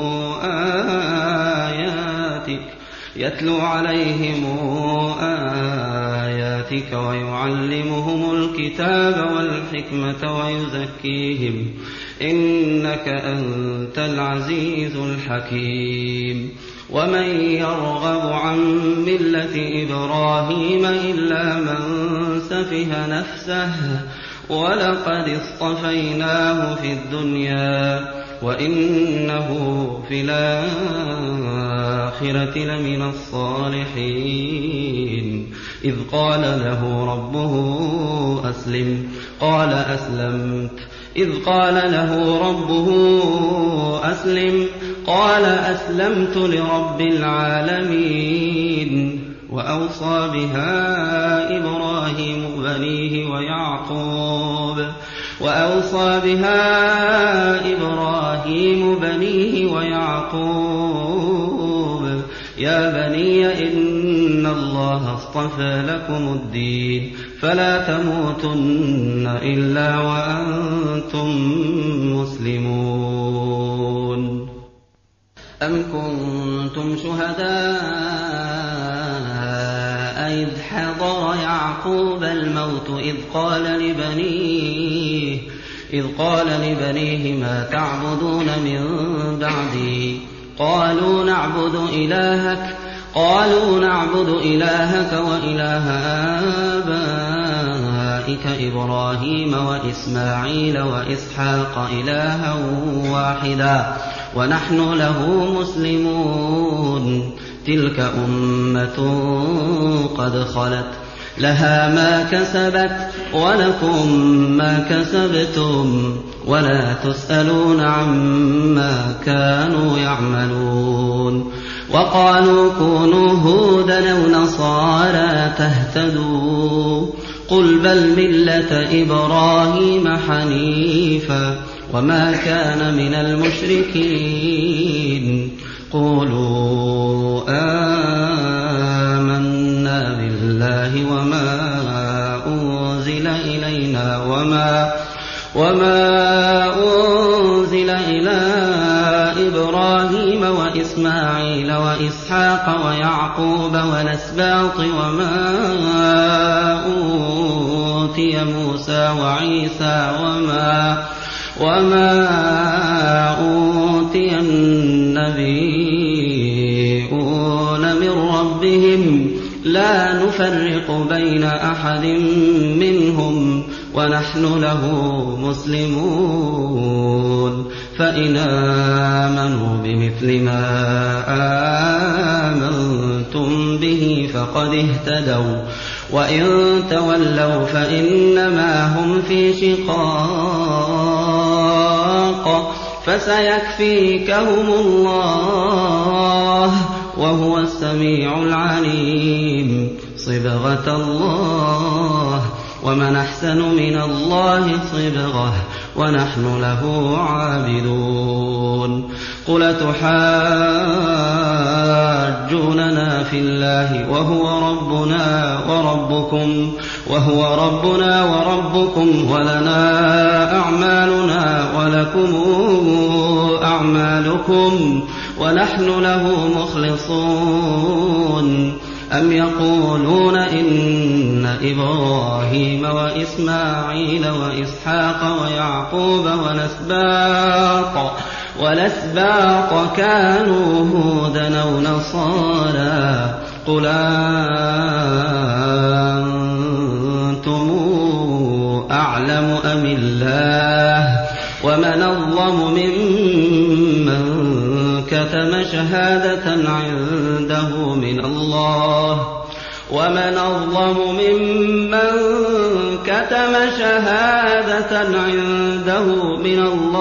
آياتك يتلو عليهم آياتك ويعلمهم الكتاب والحكمة ويزكيهم إنك أنت العزيز الحكيم ومن يرغب عن ملة إبراهيم إلا من سفه نفسه ولقد اصطفيناه في الدنيا وإنه في الآخرة لمن الصالحين إذ قال له ربه أسلم قال أسلمت إذ قال له ربه أسلم قال أسلمت لرب العالمين وأوصى بها إبراهيم بنيه ويعقوب وأوصى بها إبراهيم بنيه ويعقوب يا بني إن الله اصطفى لكم الدين فلا تموتن إلا وأنتم مسلمون أم كنتم شهداء إذ حضر يعقوب الموت إذ قال لبنيه إذ قال لبنيه ما تعبدون من بعدي قالوا نعبد إلهك قالوا نعبد إلهك وإله آبائك إبراهيم وإسماعيل وإسحاق إلها واحدا ونحن له مسلمون تلك أمة قد خلت لها ما كسبت ولكم ما كسبتم ولا تسألون عما كانوا يعملون وقالوا كونوا هودا أو نصارى تهتدوا قل بل ملة إبراهيم حنيفا وما كان من المشركين قولوا آمنا بالله وما أنزل إلينا وما وما أنزل إلى إبراهيم وإسماعيل وإسحاق ويعقوب والأسباط وما أوتي موسى وعيسى وما وما أوتي النبيون من ربهم لا نفرق بين أحد منهم ونحن له مسلمون فإن آمنوا بمثل ما آمنتم به فقد اهتدوا وإن تولوا فإنما هم في شقاق فسيكفيكهم الله وهو السميع العليم صبغة الله ومن أحسن من الله صبغة ونحن له عابدون قل تحاجوننا في الله وهو ربنا وربكم وهو ربنا وربكم ولنا أعمالنا ولكم أعمالكم ونحن له مخلصون أم يقولون إن إبراهيم وإسماعيل وإسحاق ويعقوب والأسباط والأسباط كانوا هودا أو نصارى قل أنتم أعلم أم الله ومن أظلم ممن كتم شهادة عنده من الله ومن أظلم ممن كتم شهادة عنده من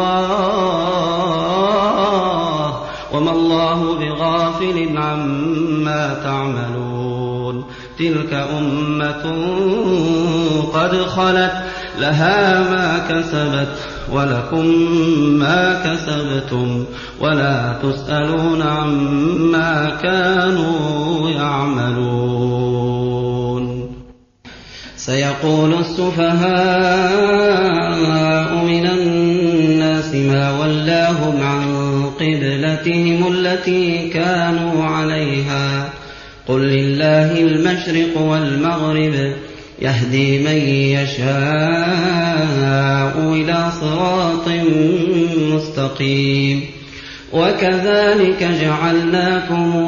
الله وما الله بغافل عما تعملون تلك أمة قد خلت لها ما كسبت ولكم ما كسبتم ولا تسألون عما كانوا يعملون سيقول السفهاء من الناس ما ولاهم عن قبلتهم التي كانوا عليها قل لله المشرق والمغرب يهدي من يشاء إلى صراط مستقيم وكذلك جعلناكم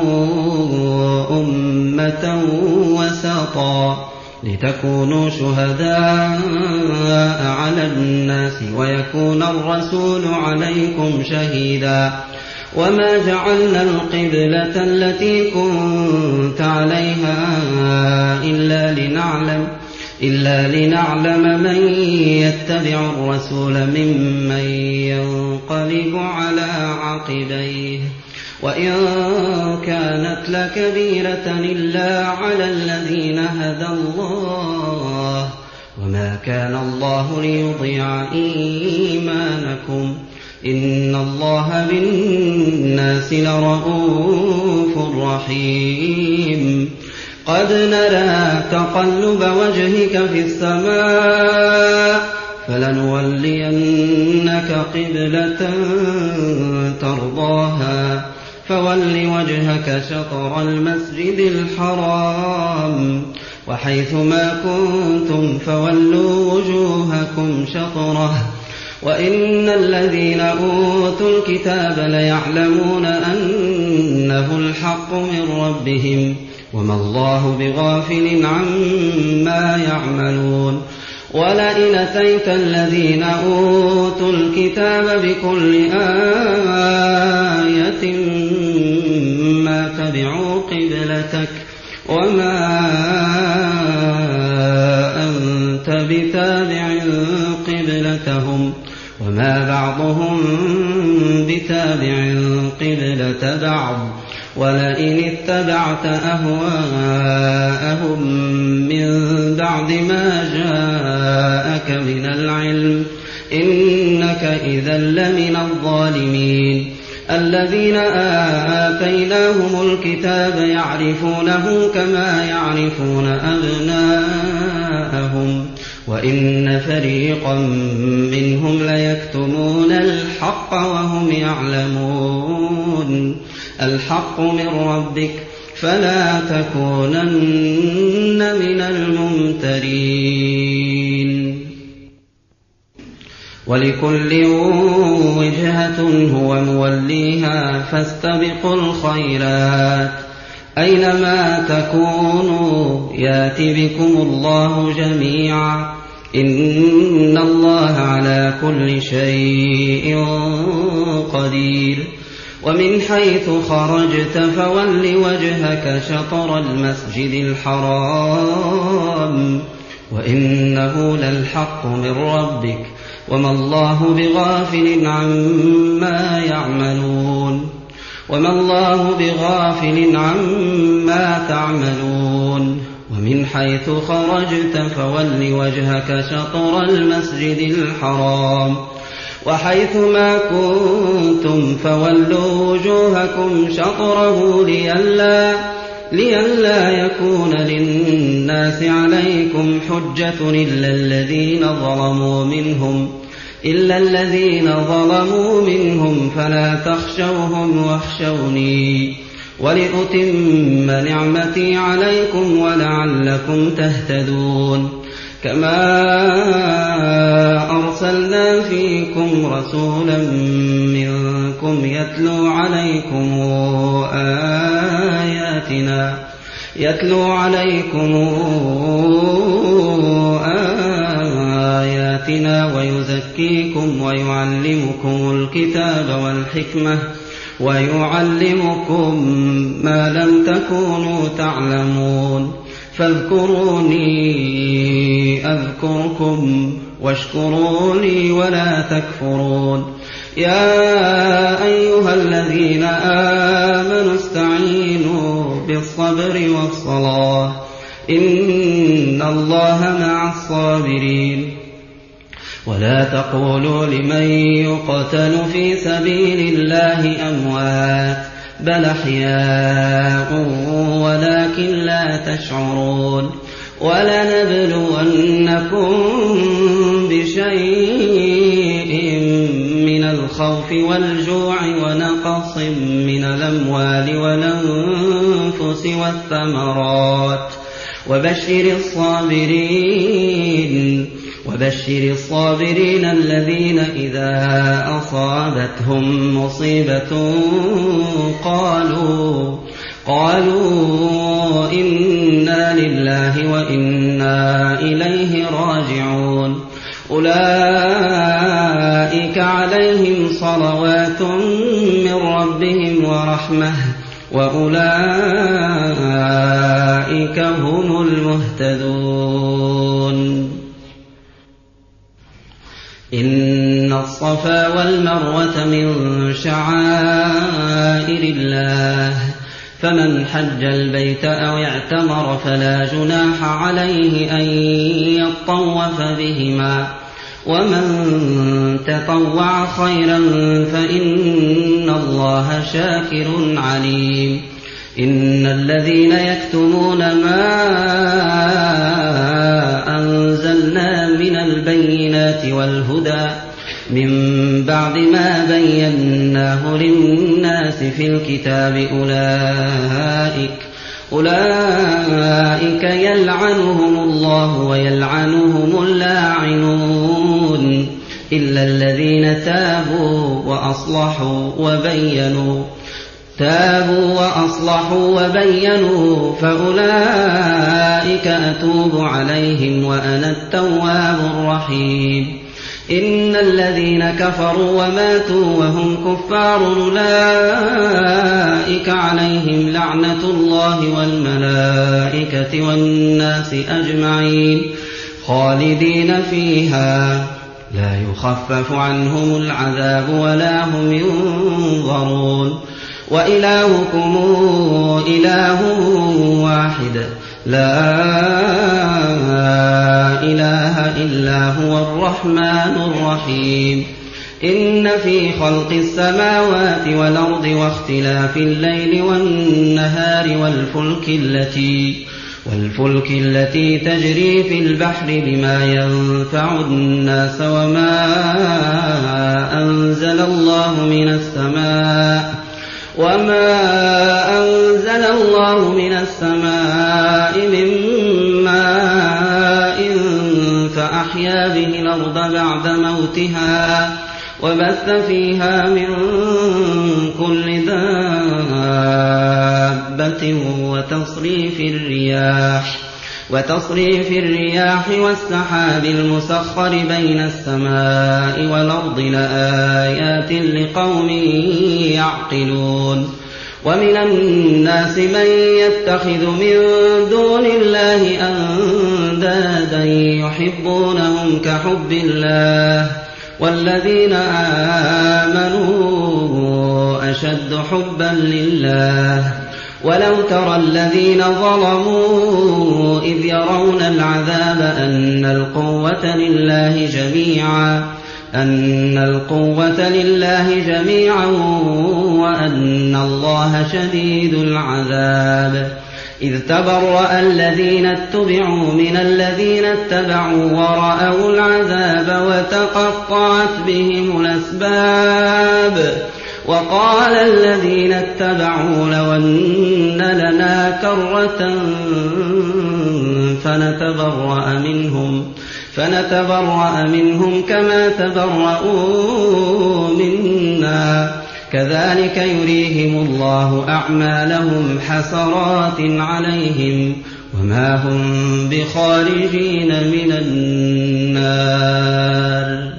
أمة وسطا لتكونوا شهداء على الناس ويكون الرسول عليكم شهيدا وما جعلنا القبلة التي كنت عليها إلا لنعلم إلا لنعلم من يتبع الرسول ممن ينقلب على عقبيه وإن كانت لكبيرة إلا على الذين هدى الله وما كان الله ليضيع إيمانكم إن الله بالناس لرءوف رحيم قد نرى تقلب وجهك في السماء فلنولينك قبلة ترضاها فول وجهك شطر المسجد الحرام وحيث ما كنتم فولوا وجوهكم شطره وإن الذين أوتوا الكتاب ليعلمون أنه له الحق من ربهم وما الله بغافل عما يعملون ولئن أتيت الذين أوتوا الكتاب بكل آية ما تبعوا قبلتك وما أنت بتابع قبلتهم وما بعضهم بتابع قبلة بعض ولئن اتبعت أهواءهم من بعد ما جاءك من العلم إنك إذا لمن الظالمين الذين آتيناهم الكتاب يعرفونه كما يعرفون أبناءهم وإن فريقا منهم ليكتمون الحق وهم يعلمون الحق من ربك فلا تكونن من الممترين ولكل وجهة هو موليها فاستبقوا الخيرات أينما تكونوا يات بكم الله جميعا إن الله على كل شيء قدير ومن حيث خرجت فول وجهك شطر المسجد الحرام وإنه للحق من ربك وما الله بغافل عما يعملون وما الله بغافل عما تعملون ومن حيث خرجت فول وجهك شطر المسجد الحرام وحيث ما كنتم فولوا وجوهكم شطره لئلا لئلا يكون للناس عليكم حجة إلا الذين ظلموا منهم إلا الذين ظلموا منهم فلا تخشوهم واخشوني ولأتم نعمتي عليكم ولعلكم تهتدون كما أرسلنا فيكم رسولا منكم يتلو عليكم آياتنا يتلو عليكم آياتنا ويزكيكم ويعلمكم الكتاب والحكمة ويعلمكم ما لم تكونوا تعلمون فاذكروني أذكركم واشكروا لي ولا تكفرون يا أيها الذين آمنوا استعينوا بالصبر والصلاة إن الله مع الصابرين ولا تقولوا لمن يقتل في سبيل الله أموات بل أحياء ولكن لا تشعرون ولنبلونكم بشيء من الخوف والجوع ونقص من الأموال والأنفس والثمرات وبشر الصابرين وبشر الصابرين الذين إذا أصابتهم مصيبة قالوا قالوا إنا لله وإنا إليه راجعون أولئك عليهم صلوات من ربهم ورحمة وأولئك هم المهتدون إن الصفا والمروة من شعائر الله فمن حج البيت أو اعتمر فلا جناح عليه أن يطوف بهما ومن تطوع خيرا فإن الله شاكر عليم إن الذين يكتمون ما أنزلنا من البينات والهدى من بعد ما بيناه للناس في الكتاب أولئك أولئك يلعنهم الله ويلعنهم اللاعنون إلا الذين تابوا وأصلحوا وبينوا تابوا وأصلحوا وبينوا فأولئك أتوب عليهم وأنا التواب الرحيم. إن الذين كفروا وماتوا وهم كفار أولئك عليهم لعنة الله والملائكة والناس أجمعين خالدين فيها لا يخفف عنهم العذاب ولا هم ينظرون. وإلهكم إله واحد لا إله إلا هو الرحمن الرحيم. إن في خلق السماوات والأرض واختلاف الليل والنهار والفلك التي والفلك التي تجري في البحر بما ينفع الناس وما أنزل الله من السماء وما أنزل الله من السماء من ماء فأحيا به الأرض بعد موتها وبث فيها من كل دابة وتصريف الرياح وتصريف الرياح والسحاب المسخر بين السماء والأرض لآيات لقوم يعقلون. ومن الناس من يتخذ من دون الله أندادا يحبونهم كحب الله والذين آمنوا أشد حبا لله. ولو ترى الذين ظلموا إذ يرون العذاب أن القوة لله جميعا أن القوة لله جميعا وأن الله شديد العذاب. إذ تبرأ الذين اتبعوا من الذين اتبعوا ورأوا العذاب وتقطعت بهم الأسباب. وقال الذين اتبعوا لو أن لنا كرة فنتبرأ منهم فنتبرأ منهم كما تبرؤوا منا كذلك يريهم الله أعمالهم حسرات عليهم وما هم بخارجين من النار.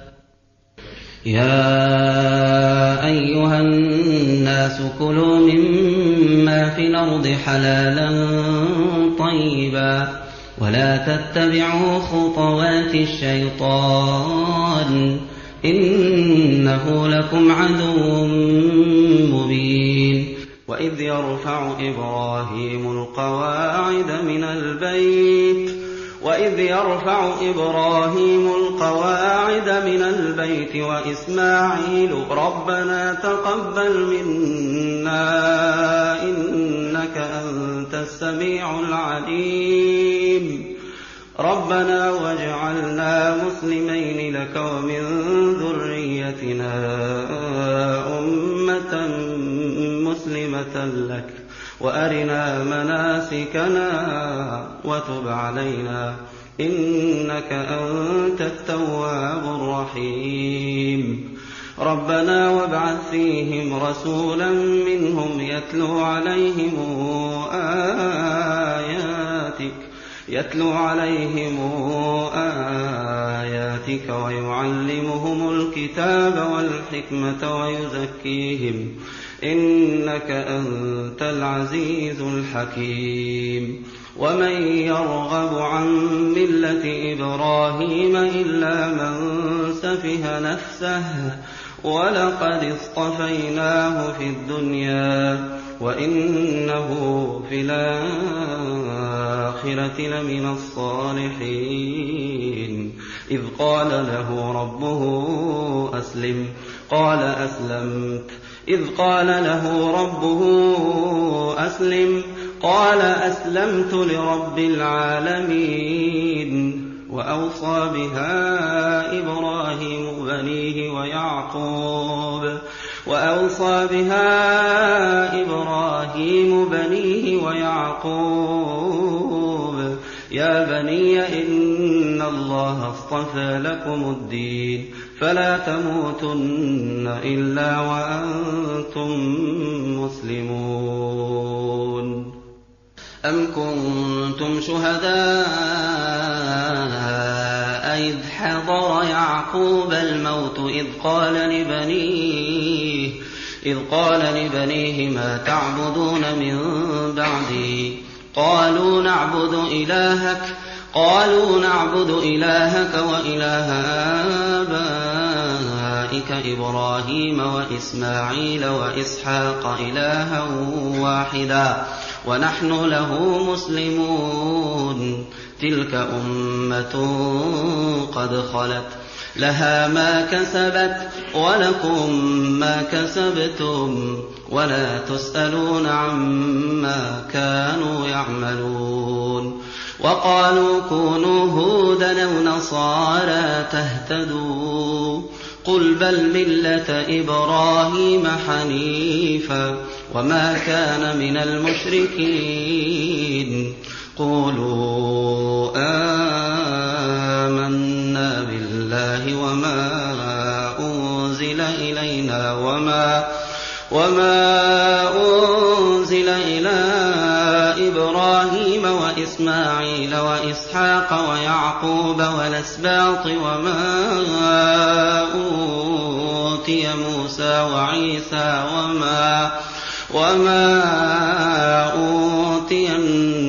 يا أيها الناس كلوا مما في الأرض حلالا طيبا ولا تتبعوا خطوات الشيطان إنه لكم عدو مبين. وإذ يرفع إبراهيم القواعد من البيت وإذ يرفع إبراهيم القواعد من البيت وإسماعيل ربنا تقبل منا إنك أنت السميع العليم ربنا واجعلنا مسلمين لك ومن ذريتنا أمة مسلمة لك وأرنا مناسكنا وتب علينا إنك أنت التواب الرحيم. ربنا وابعث فيهم رسولا منهم يتلو عليهم آياتك يتلو عليهم آياتك ويعلمهم الكتاب والحكمة ويزكيهم إنك أنت العزيز الحكيم. ومن يرغب عن ملة إبراهيم إلا من سفه نفسه ولقد اصطفيناه في الدنيا وإنه في الآخرة لمن الصالحين. إذ قال له ربه أسلم قال أسلمت إذ قال له ربه أسلم قال أسلمت لرب العالمين. وأوصى بها إبراهيم بنيه ويعقوب وأوصى بها إبراهيم بنيه ويعقوب يا بني إن الله اصطفى لكم الدين فلا تموتن إلا وأنتم مسلمون. أم كنتم شهداء إذ حضر يعقوب الموت إذ قال لبنيه إذ قال لبنيه ما تعبدون من بعدي قالوا نعبد إلهك قالوا نعبد إلهك وإله آبائك إبراهيم وإسماعيل وإسحاق إلها واحدا ونحن له مسلمون. تلك أمة قد خلت لها ما كسبت ولكم ما كسبتم ولا تسألون عما كانوا يعملون. وقالوا كونوا هودا أو نصارى تهتدوا قل بل ملة إبراهيم حنيفا وما كان من المشركين. قولوا آمنا بالله وما أنزل إلينا وما وما أنزل إلى إبراهيم وإسماعيل وإسحاق ويعقوب والأسباط وما أوتي موسى وعيسى وما وما أوتي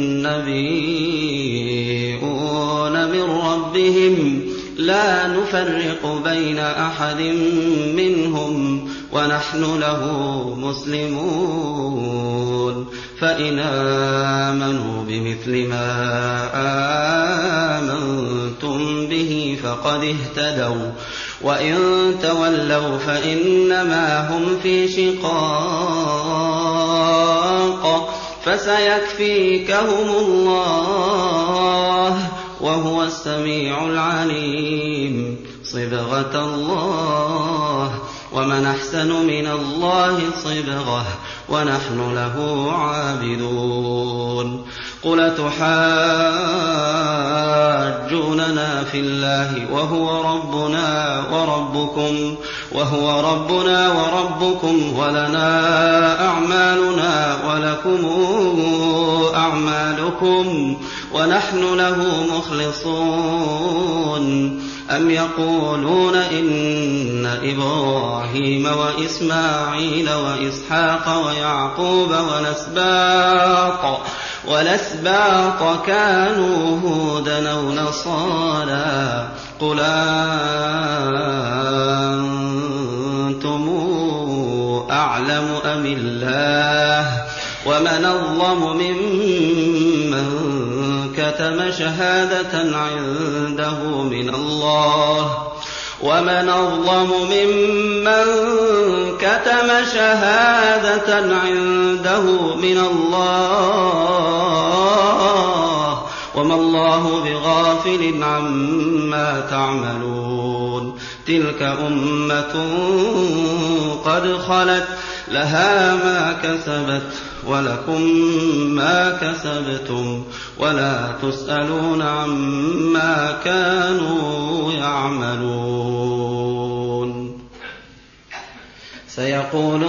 النبيون من ربهم لا نفرق بين أحد منهم ونحن له مسلمون. فإن آمنوا بمثل ما آمنتم به فقد اهتدوا وإن تولوا فإنما هم في شقاق فسيكفيكهم الله وهو السميع العليم. صبغة الله ومن أحسن من الله صبغة ونحن له عابدون. قل تحاجوننا في الله وهو ربنا وربكم وهو ربنا وربكم ولنا أعمالنا ولكم أعمالكم ونحن له مخلصون. أم يقولون إن إبراهيم وإسماعيل وإسحاق ويعقوب والأسباط والأسباط كانوا هودا أو نصارى قل أنتم أعلم أم الله ومن أظلم ممن كتم شهادة عنده من الله ومن أظلم ممن كتم شهادة عنده من الله وما الله بغافل عما تعملون. تلك أمة قد خلت لها ما كسبت ولكم ما كسبتم ولا تسألون عما كانوا يعملون. سيقول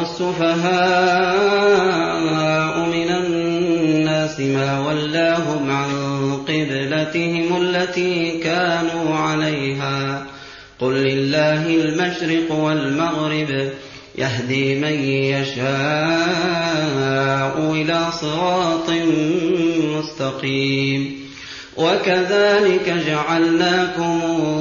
السفهاء من الناس ما ولاهم عن قبلتهم التي كانوا عليها قل لله المشرق والمغرب يهدي من يشاء إلى صراط مستقيم. وكذلك جعلناكم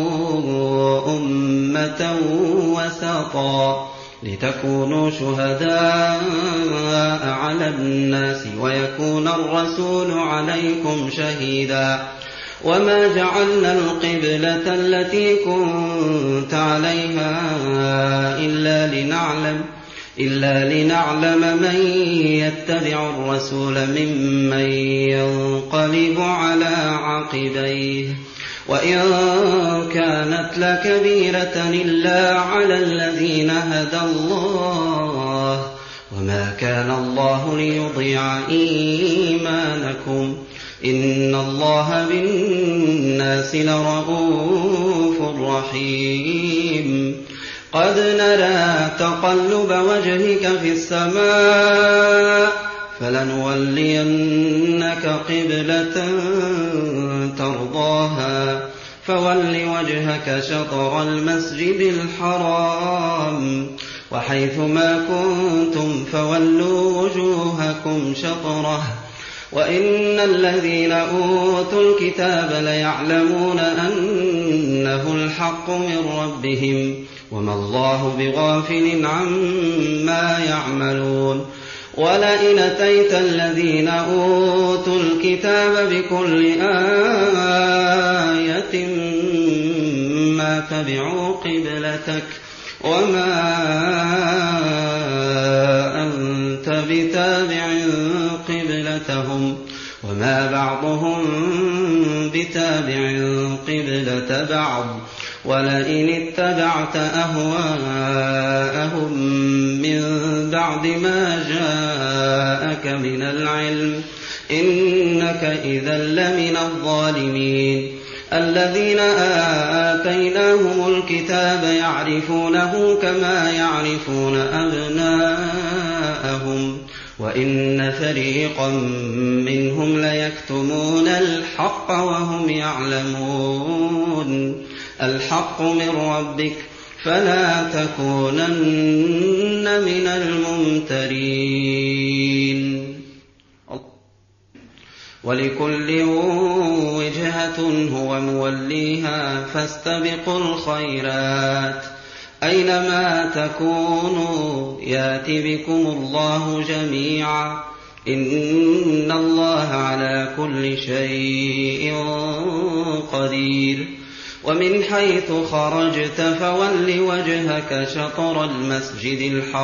أمة وسطا لتكونوا شهداء على الناس ويكون الرسول عليكم شهيدا. وما جعلنا القبلة التي كنت عليها إلا لنعلم إلا لنعلم من يتبع الرسول ممن ينقلب على عقبيه وإن كانت لكبيرة إلا على الذين هدى الله وما كان الله ليضيع إيمانكم إن الله بالناس لرءوف رحيم. قد نرى تقلب وجهك في السماء فلنولينك قبلة ترضاها فول وجهك شطر المسجد الحرام وحيث ما كنتم فولوا وجوهكم شطره وإن الذين أوتوا الكتاب ليعلمون أنه الحق من ربهم وما الله بغافل عما يعملون ولئن أتيت الذين أوتوا الكتاب بكل آية ما تبعوا قبلتك وما أنت بتابع قبلتهم وما بعضهم بتابع قبلة بعض ولئن اتبعت أهواءهم من بعد ما جاءك من العلم إنك إذا لمن الظالمين الذين آتيناهم الكتاب يعرفونه كما يعرفون أبناءهم وإن فريقا منهم ليكتمون الحق وهم يعلمون الحق من ربك فلا تكونن من الممترين ولكل وجهة هو موليها فاستبقوا الخيرات أينما تكونوا يات بكم الله جميعا إن الله على كل شيء قدير ومن حيث خرجت فول وجهك شطر المسجد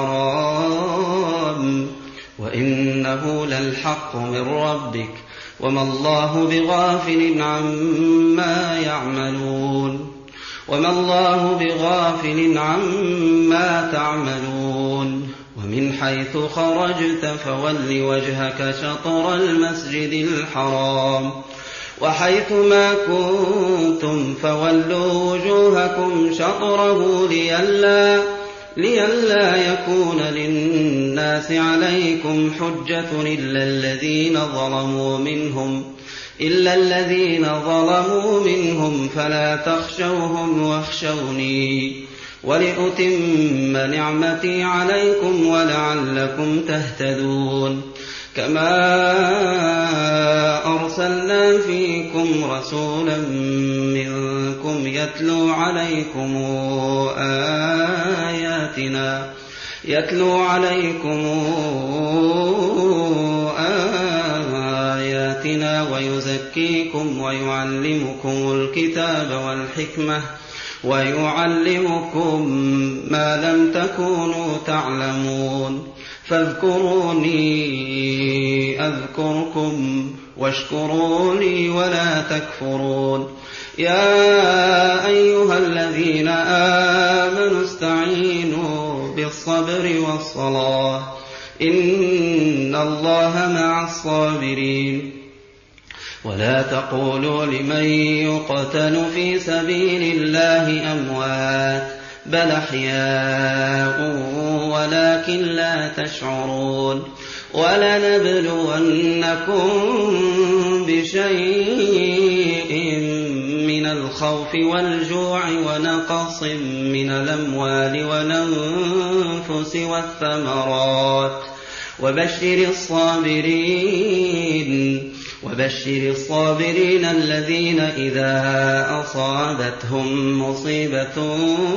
الحرام وإنه للحق من ربك وما الله بغافل عما يعملون وما الله بغافل عما تعملون ومن حيث خرجت فول وجهك شطر المسجد الحرام وحيث ما كنتم فولوا وجوهكم شطره لئلا لئلا يكون للناس عليكم حجة إلا الذين ظلموا منهم إلا الذين ظلموا منهم فلا تخشوهم واخشوني ولأتم نعمتي عليكم ولعلكم تهتدون كما أرسلنا فيكم رسولا منكم يتلو عليكم آياتنا يتلو عليكم آياتنا ويزكيكم ويعلمكم الكتاب والحكمة ويعلمكم ما لم تكونوا تعلمون فاذكروني أذكركم واشكروا لي ولا تكفرون يا أيها الذين آمنوا استعينوا بالصبر والصلاة إن الله مع الصابرين ولا تقولوا لمن يقتل في سبيل الله أموات بل أحياء ولكن لا تشعرون ولنبلونكم بشيء من الخوف والجوع ونقص من الأموال والأنفس والثمرات وبشر الصابرين وبشر الصابرين الذين إذا أصابتهم مصيبة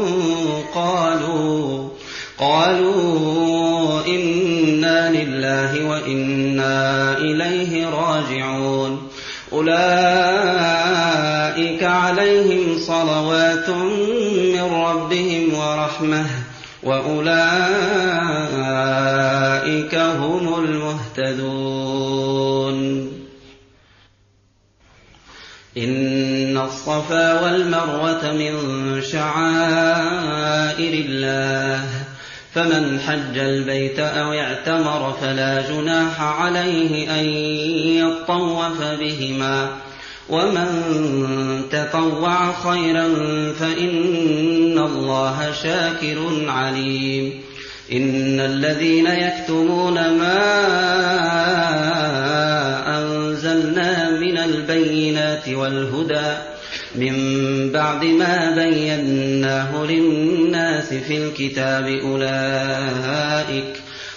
قالوا قالوا إنا لله وإنا إليه راجعون أولئك عليهم صلوات من ربهم ورحمة وأولئك هم المهتدون إن الصفا والمروة من شعائر الله فمن حج البيت أو اعتمر فلا جناح عليه أن يطوف بهما ومن تطوع خيرا فإن الله شاكر عليم إن الذين يكتمون ما أنزلنا من البينات والهدى من بعد ما بيناه للناس في الكتاب أولئك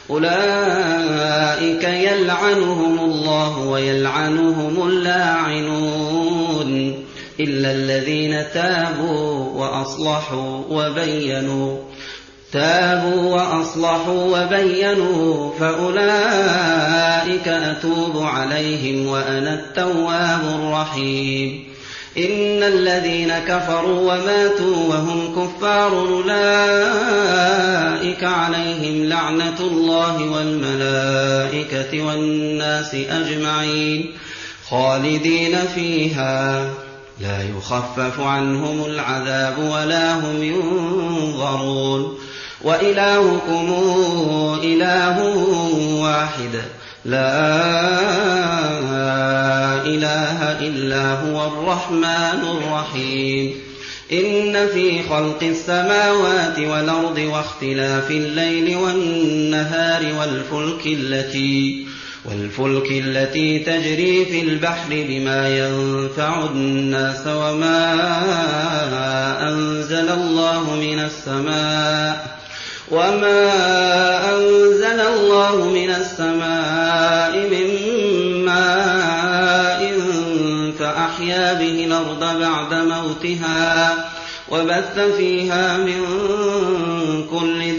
أولئك يلعنهم الله ويلعنهم اللاعنون إلا الذين تابوا وأصلحوا وبينوا تابوا وأصلحوا وبينوا فأولئك أتوب عليهم وأنا التواب الرحيم إن الذين كفروا وماتوا وهم كفار أولئك عليهم لعنة الله والملائكة والناس أجمعين خالدين فيها لا يخفف عنهم العذاب ولا هم ينظرون وإلهكم إله واحد لا إله إلا هو الرحمن الرحيم إن في خلق السماوات والأرض واختلاف الليل والنهار والفلك التي والفلك التي تجري في البحر بما ينفع الناس وما أنزل الله من السماء وما أنزل الله من السماء من ماء فأحيا به الأرض بعد موتها وبث فيها من كل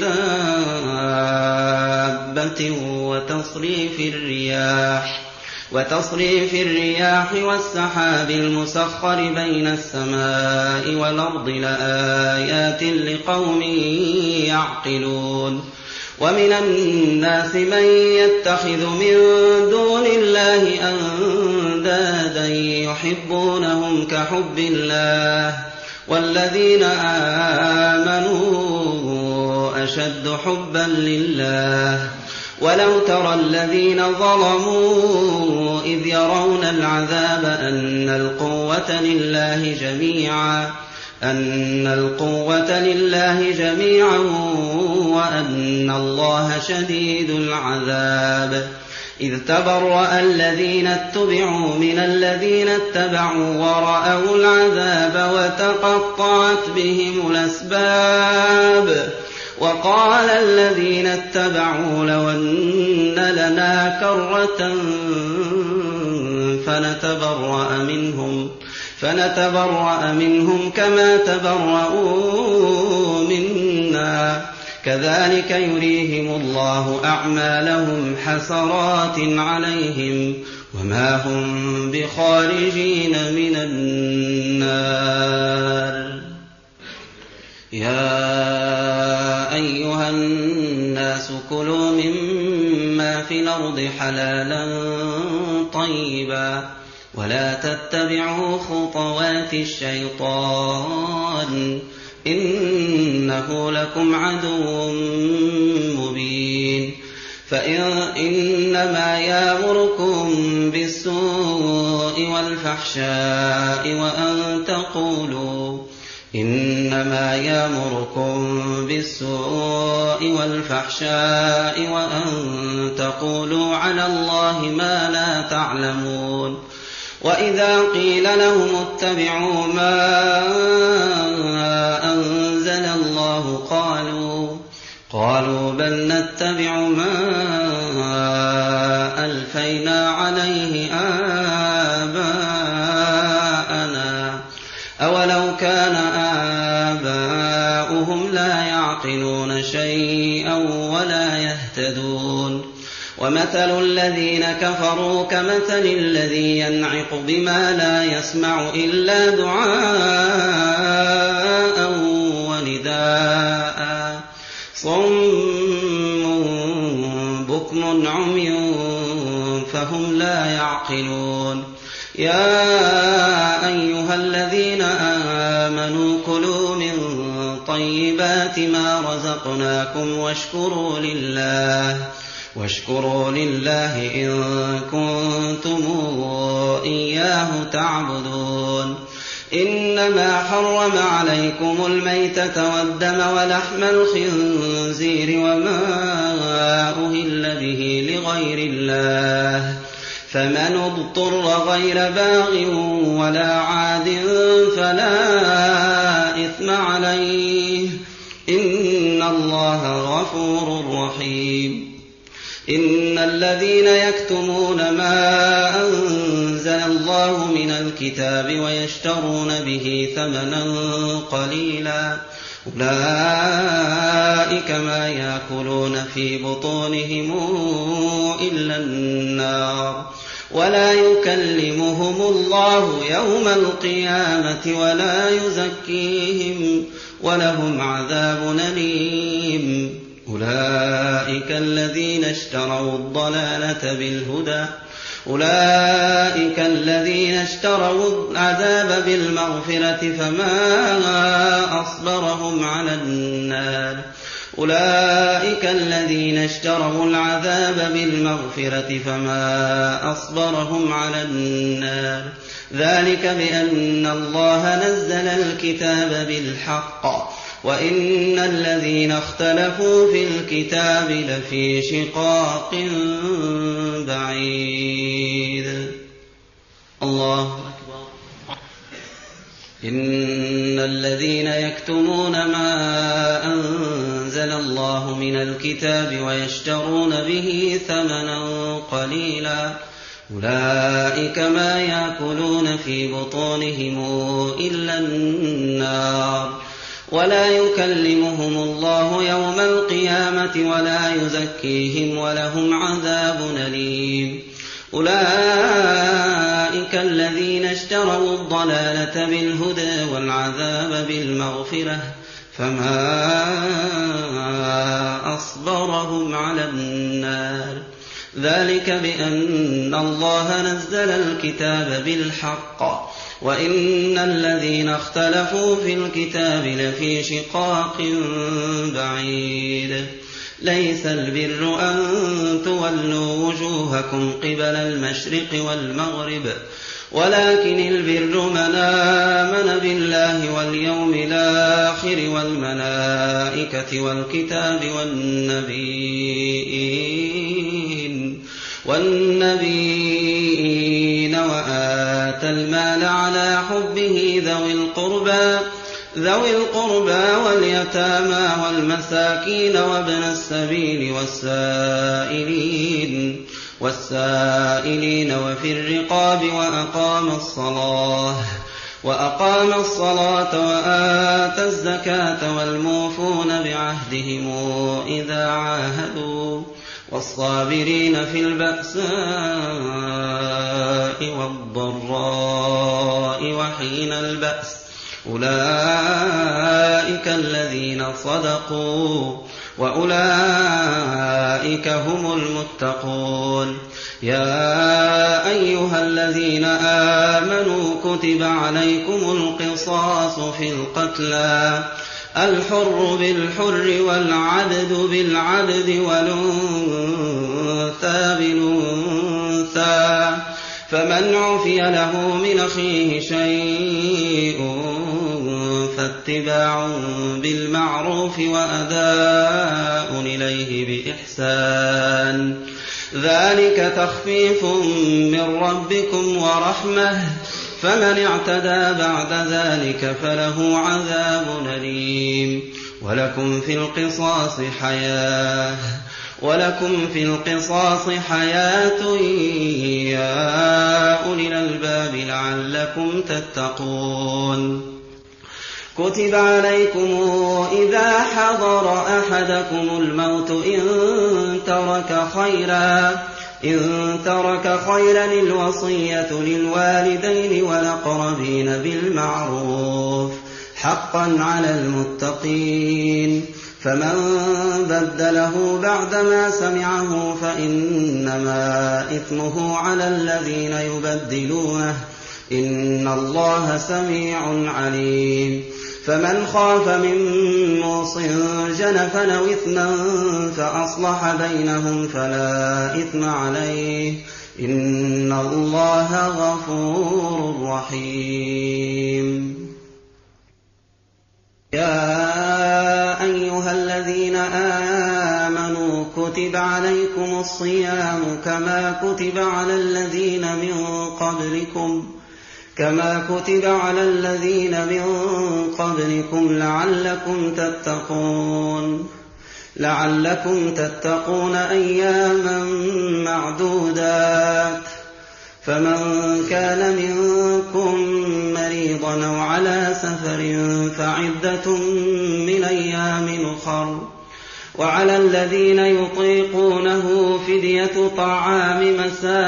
دابة وتصريف الرياح وتصريف الرياح والسحاب المسخر بين السماء والأرض لآيات لقوم يعقلون ومن الناس من يتخذ من دون الله أندادا يحبونهم كحب الله والذين آمنوا أشد حبا لله ولو ترى الذين ظلموا إذ يرون العذاب أن القوة لله جميعا أن القوة لله جميعا وأن الله شديد العذاب إذ تبرأ الذين اتبعوا من الذين اتبعوا ورأوا العذاب وتقطعت بهم الأسباب وقال الذين اتبعوا لو أن لنا كرة فنتبرأ منهم فنتبرأ منهم كما تبرؤوا منا كذلك يريهم الله أعمالهم حسرات عليهم وما هم بخارجين من النار يا أيها الناس كلوا مما في الأرض حلالا طيبا ولا تتبعوا خطوات الشيطان إنه لكم عدو مبين فإنما يأمركم بالسوء والفحشاء وأن تقولوا إنما يأمركم بالسوء والفحشاء وأن تقولوا على الله ما لا تعلمون وإذا قيل لهم اتبعوا ما أنزل الله قالوا قالوا بل نتبع ما ألفينا عليه آباءنا أولو كان آباؤهم لا يعقلون شيئا ولا يهتدون ومثل الذين كفروا كمثل الذي ينعق بما لا يسمع إلا دعاء ونداء صم بكم عمي فهم لا يعقلون يا أيها الذين آمنوا كلوا من طيبات ما رزقناكم واشكروا لله واشكروا لله إن كنتم إياه تعبدون إنما حرم عليكم الميتة والدم ولحم الخنزير وما أهل به لغير الله فمن اضطر غير باغ ولا عاد فلا إثم عليه إن الله غفور رحيم إن الذين يكتمون ما أنزل الله من الكتاب ويشترون به ثمنا قليلا أولئك ما يأكلون في بطونهم إلا النار ولا يكلمهم الله يوم القيامة ولا يزكيهم ولهم عذاب أليم أولئك الذين اشتروا الضلالة بالهدى أولئك الذين اشتروا العذاب بالمغفرة فما أصبرهم على النار أولئك الذين اشتروا العذاب بالمغفرة فما أصبرهم على النار ذلك بأن الله نزل الكتاب بالحق وإن الذين اختلفوا في الكتاب لفي شقاق بعيد الله أكبر إن الذين يكتمون ما أنزل الله من الكتاب ويشترون به ثمنا قليلا أولئك ما يأكلون في بطونهم إلا النار ولا يكلمهم الله يوم القيامة ولا يزكيهم ولهم عذاب أليم أولئك الذين اشتروا الضلالة بالهدى والعذاب بالمغفرة فما أصبرهم على النار ذلك بأن الله نزل الكتاب بالحق وإن الذين اختلفوا في الكتاب لفي شقاق بعيد ليس البر أن تولوا وجوهكم قبل المشرق والمغرب ولكن البر من آمن بالله واليوم الآخر والملائكة والكتاب والنبيين والنبيين وآتى المال على حبه ذوي القربى ذوي القربى واليتامى والمساكين وابن السبيل والسائلين والسائلين وفي الرقاب وأقام الصلاة وأقام الصلاة وآتى الزكاة والموفون بعهدهم إذا عاهدوا والصابرين في البأساء والضراء وحين البأس أولئك الذين صدقوا وأولئك هم المتقون يا أيها الذين آمنوا كتب عليكم القصاص في القتلى الحر بالحر والعبد بالعبد والأنثى بالأنثى فمن عفي له من أخيه شيء فاتباع بالمعروف وأداء إليه بإحسان ذلك تخفيف من ربكم ورحمة فمن اعتدى بعد ذلك فله عذاب أليم ولكم في القصاص حياة ولكم في القصاص حياة يا أولي الألباب لعلكم تتقون كتب عليكم إذا حضر أحدكم الموت إن ترك خيرا إن ترك خيرا الوصية للوالدين والأقربين بالمعروف حقا على المتقين فمن بدله بعدما سمعه فإنما إثمه على الذين يبدلونه إن الله سميع عليم فمن خاف من موص جنفا أو إثما فأصلح بينهم فلا إثم عليه إن الله غفور رحيم. يا أيها الذين آمنوا كتب عليكم الصيام كما كتب على الذين من قبلكم كما كتب على الذين من قبلكم لعلكم تتقون لعلكم تتقون أياما معدودات. فمن كان منكم مريضا أو على سفر فعدة من أيام أخر وعلى الذين يطيقونه فدية طعام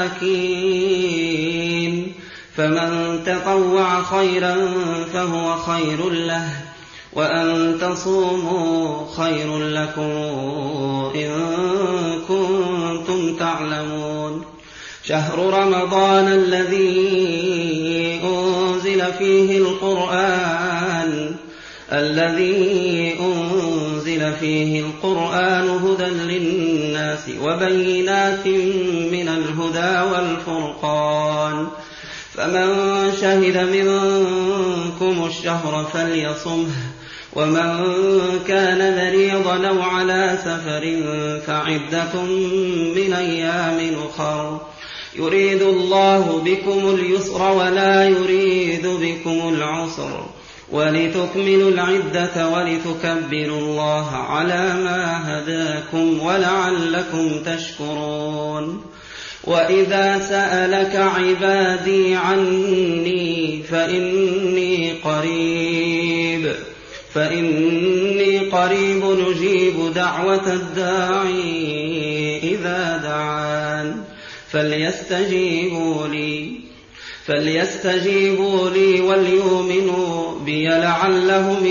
مساكين فمن تطوع خيرا فهو خير له وأن تصوموا خير لكم إن كنتم تعلمون. شهر رمضان الذي أنزل فيه القرآن الذي أنزل فيه القرآن هدى للناس وبينات من الهدى والفرقان فمن شهد منكم الشهر فليصمه ومن كان مريضا أو على سفر فعدة من أيام أخر يريد الله بكم اليسر ولا يريد بكم العسر ولتكملوا العدة ولتكبروا الله على ما هداكم ولعلكم تشكرون. وإذا سألك عبادي عني فإني قريب فإني قريب نجيب دعوة الداعي إذا دعان فليستجيبوا لي فليستجيبوا لي وليؤمنوا بي لعلهم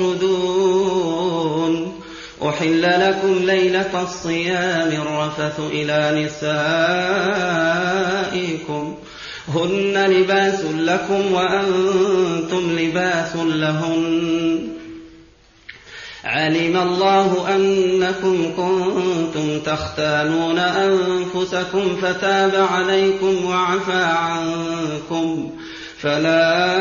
يرشدون. أحل لكم ليلة الصيام الرفث إلى نسائكم هن لباس لكم وأنتم لباس لهن علم الله أنكم كنتم تختانون أنفسكم فتاب عليكم وعفى عنكم فلا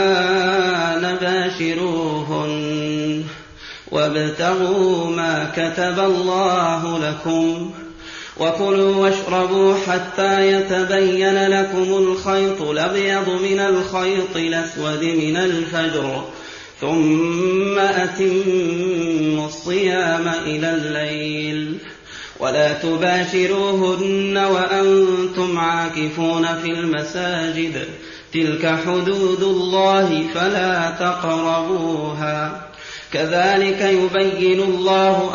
نباشروهن وابتغوا ما كتب الله لكم وكلوا واشربوا حتى يتبين لكم الخيط الأبيض من الخيط الأسود من الفجر ثم أتموا الصيام إلى الليل ولا تباشروهن وأنتم عاكفون في المساجد تلك حدود الله فلا تقربوها كذلك يبين الله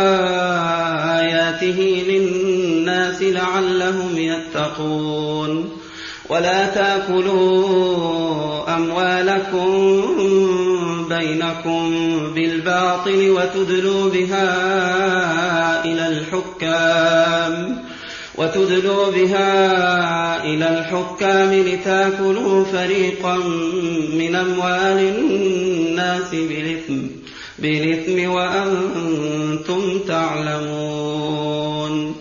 آياته للناس لعلهم يتقون. ولا تأكلوا أموالكم بينكم بالباطل وتدلوا بها إلى الحكام وتدلوا بها إلى الحكام لتأكلوا فريقا من أموال الناس بالإثم بالإثم وأنتم تعلمون.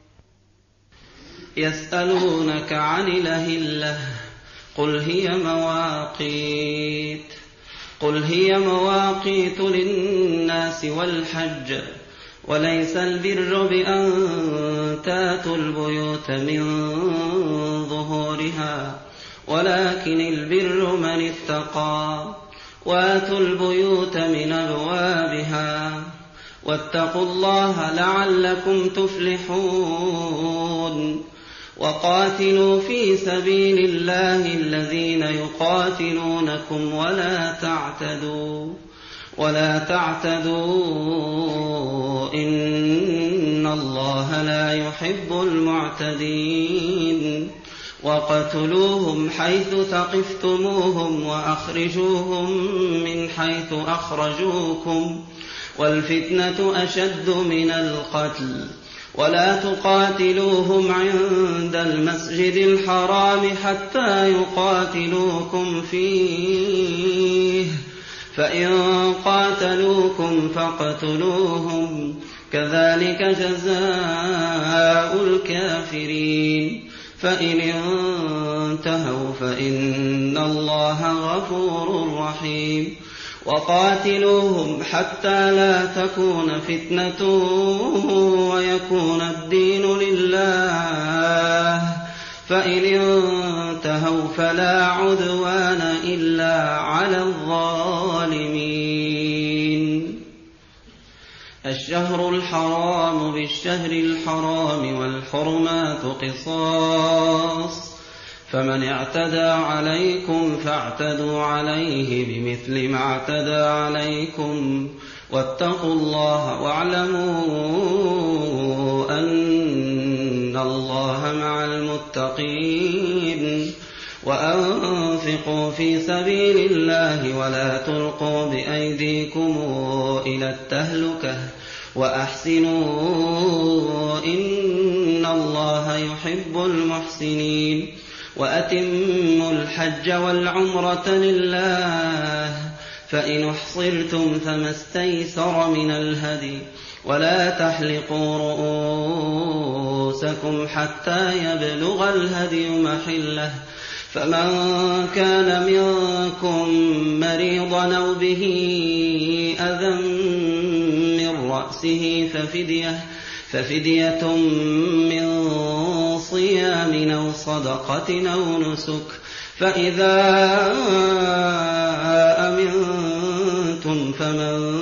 يسألونك عن الأهلة قل هي مواقيت قل هي مواقيت للناس والحج وليس البر بأن تاتوا البيوت من ظهورها ولكن البر من اتقى واتوا البيوت من أبوابها واتقوا الله لعلكم تفلحون. وقاتلوا في سبيل الله الذين يقاتلونكم ولا تعتدوا ولا تعتدوا إن الله لا يحب المعتدين. وقتلوهم حيث ثقفتموهم وأخرجوهم من حيث أخرجوكم والفتنة أشد من القتل ولا تقاتلوهم عند المسجد الحرام حتى يقاتلوكم فيه فإن قاتلوكم فاقتلوهم كذلك جزاء الكافرين فإن انتهوا فإن الله غفور رحيم وقاتلوهم حتى لا تكون فتنة ويكون الدين لله فإن انتهوا فلا عدوان إلا على الظالمين. الشهر الحرام بالشهر الحرام والحرمات قصاص فمن اعتدى عليكم فاعتدوا عليه بمثل ما اعتدى عليكم واتقوا الله واعلموا أن الله مع المتقين وأنفقوا في سبيل الله ولا تلقوا بأيديكم إلى التهلكة وأحسنوا إن الله يحب المحسنين وأتموا الحج والعمرة لله فإن احصرتم فما استيسر من الهدي ولا تحلقوا رؤوسكم حتى يبلغ الهدي محله فمن كان منكم مريضا أو به أذى من رأسه ففدية ففدية من صيام أو صدقة أو نسك فإذا أمنتم فمن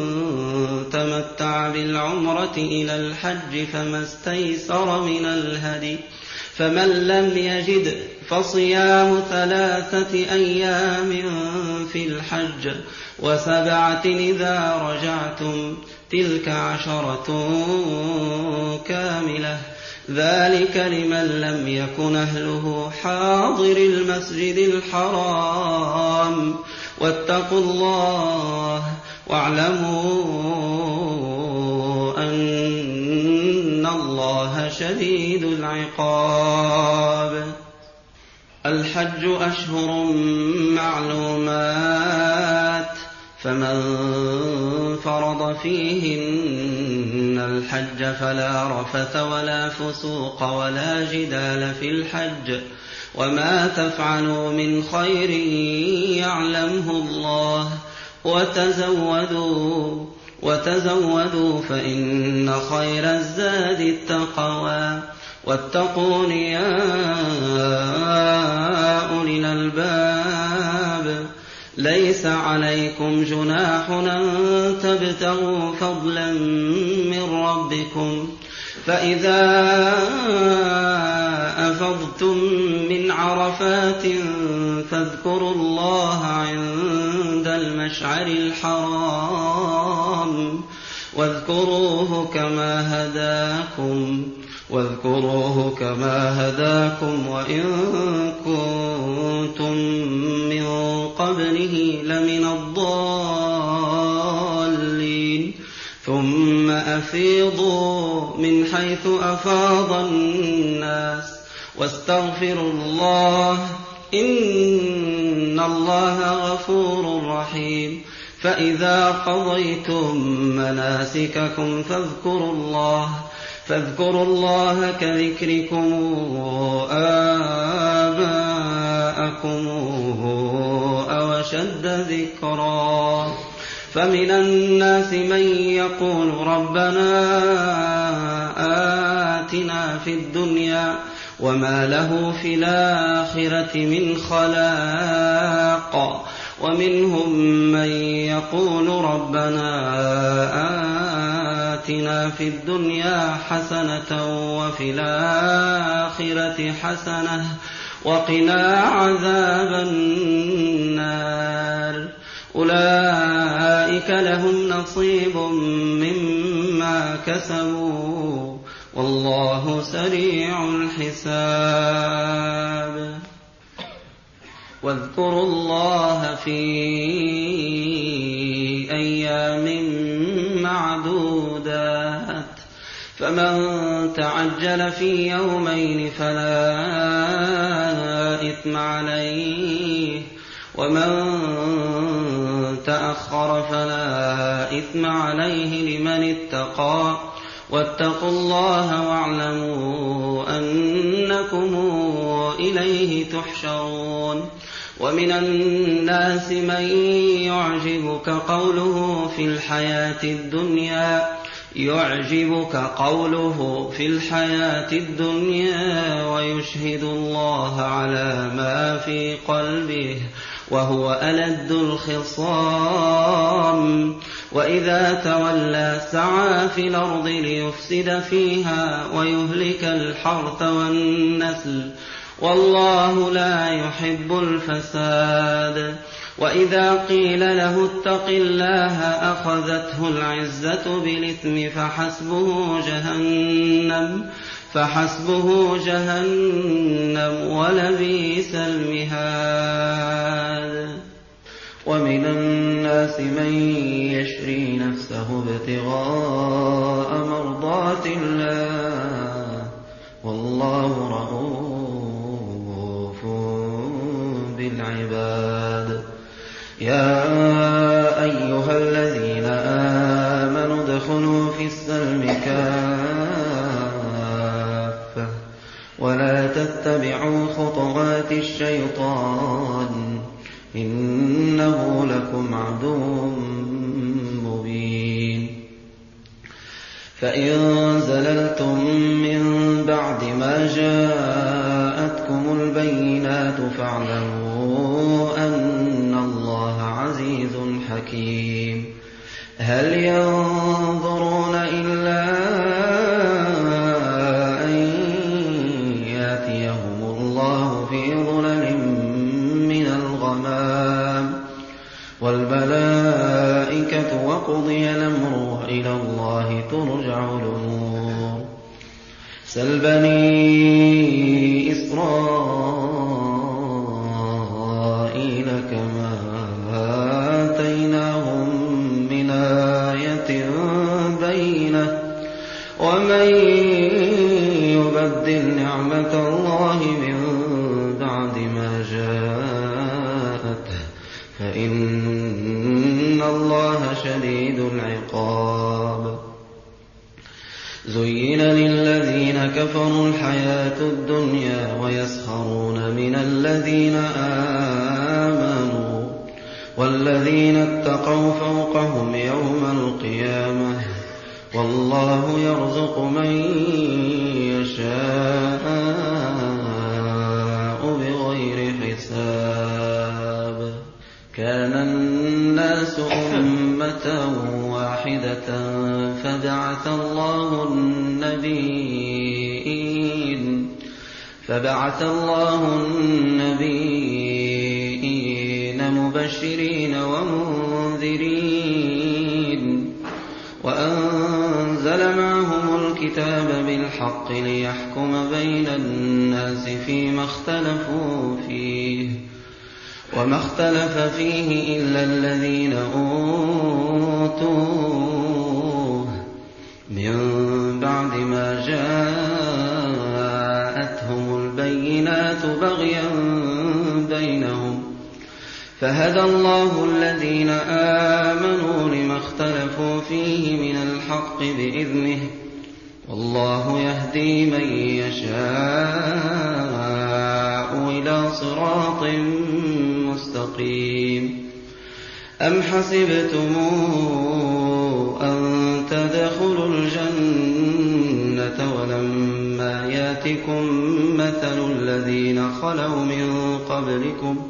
تمتع بالعمرة إلى الحج فما استيسر من الهدي فمن لم يجد فصيام ثلاثة أيام في الحج وسبعة إذا رجعتم تلك عشرة كاملة ذلك لمن لم يكن أهله حاضر المسجد الحرام واتقوا الله واعلموا أن الله شديد العقاب. الحج أشهر معلومات فمن فرض فيهن الحج فلا رفث ولا فسوق ولا جدال في الحج وما تفعلوا من خير يعلمه الله وتزودوا وتزودوا فإن خير الزاد التقوى واتقون يا أولي الألباب ليس عليكم جناح أن تبتغوا فضلا من ربكم فإذا أفضتم من عرفات فاذكروا الله عند المشعر الحرام واذكروه كما هداكم واذكروه كما هداكم وإن كنتم من قبله لمن الضالين ثم أفيضوا من حيث أفاض الناس واستغفروا الله إن الله غفور رحيم. فإذا قضيتم مناسككم فاذكروا الله فاذكروا الله كذكركم آباءكم أو أشد ذكرا فمن الناس من يقول ربنا آتنا في الدنيا وما له في الآخرة من خلاق ومنهم من يقول ربنا آتنا في الدنيا حسنة وفي الآخرة حسنة وقنا عذاب النار أولئك لهم نصيب مما كسبوا والله سريع الحساب. واذكروا الله في أيام معدودات فمن تعجل في يومين فلا إثم عليه ومن تأخر فلا إثم عليه لمن اتقى واتقوا الله واعلموا أنكم إليه تحشرون. ومن الناس من يعجبك قوله في الحياة الدنيا يعجبك قوله في الحياة الدنيا ويشهد الله على ما في قلبه وهو ألد الخصام وإذا تولى سعى في الأرض ليفسد فيها ويهلك الحرث والنسل والله لا يحب الفساد. وإذا قيل له اتق الله أخذته العزة بالإثم فحسبه جهنم فحسبه جهنم ولبئس المهاد. ومن الناس من يشري نفسه ابتغاء مرضات الله والله رؤوف بالعباد. يا أيها الذين آمنوا ادخلوا في السلم كافة ولا تتبعوا خطوات الشيطان إنه لكم عدو مبين. فإن زللتم من بعد ما جاءتكم البينات فاعلموا أن الله عزيز حكيم. هل ينظرون إلا أن يأتيهم الله في ظلل من الغمام والملائكة وقضي الأمر وإلى الله ترجع الأمور. سل بني إسرائيل كما آتيناهم من آية بينة ومن يبدل نعمة الله من بعد ما جاءته فإن الله شديد العقاب. زين للذين كفروا الحياة الدنيا ويسخرون من الذين آمنوا والذين اتقوا فوقهم يوم القيامة والله يرزق من يشاء بغير حساب. كان الناس أمة واحدة فبعث الله النبيين فبعث الله النبيين مبشرين ومنذرين وأنزل معهم الكتاب بالحق ليحكم بين الناس فيما اختلفوا فيه وما اختلف فيه إلا الذين أوتوه من بعد ما جاءتهم البينات بغيا بينهم فهدى الله الذين آمنوا لما اختلفوا فيه من الحق بإذنه والله يهدي من يشاء إلى صراط مستقيم. أم حسبتم أن تدخلوا الجنة ولما ياتكم مثل الذين خلوا من قبلكم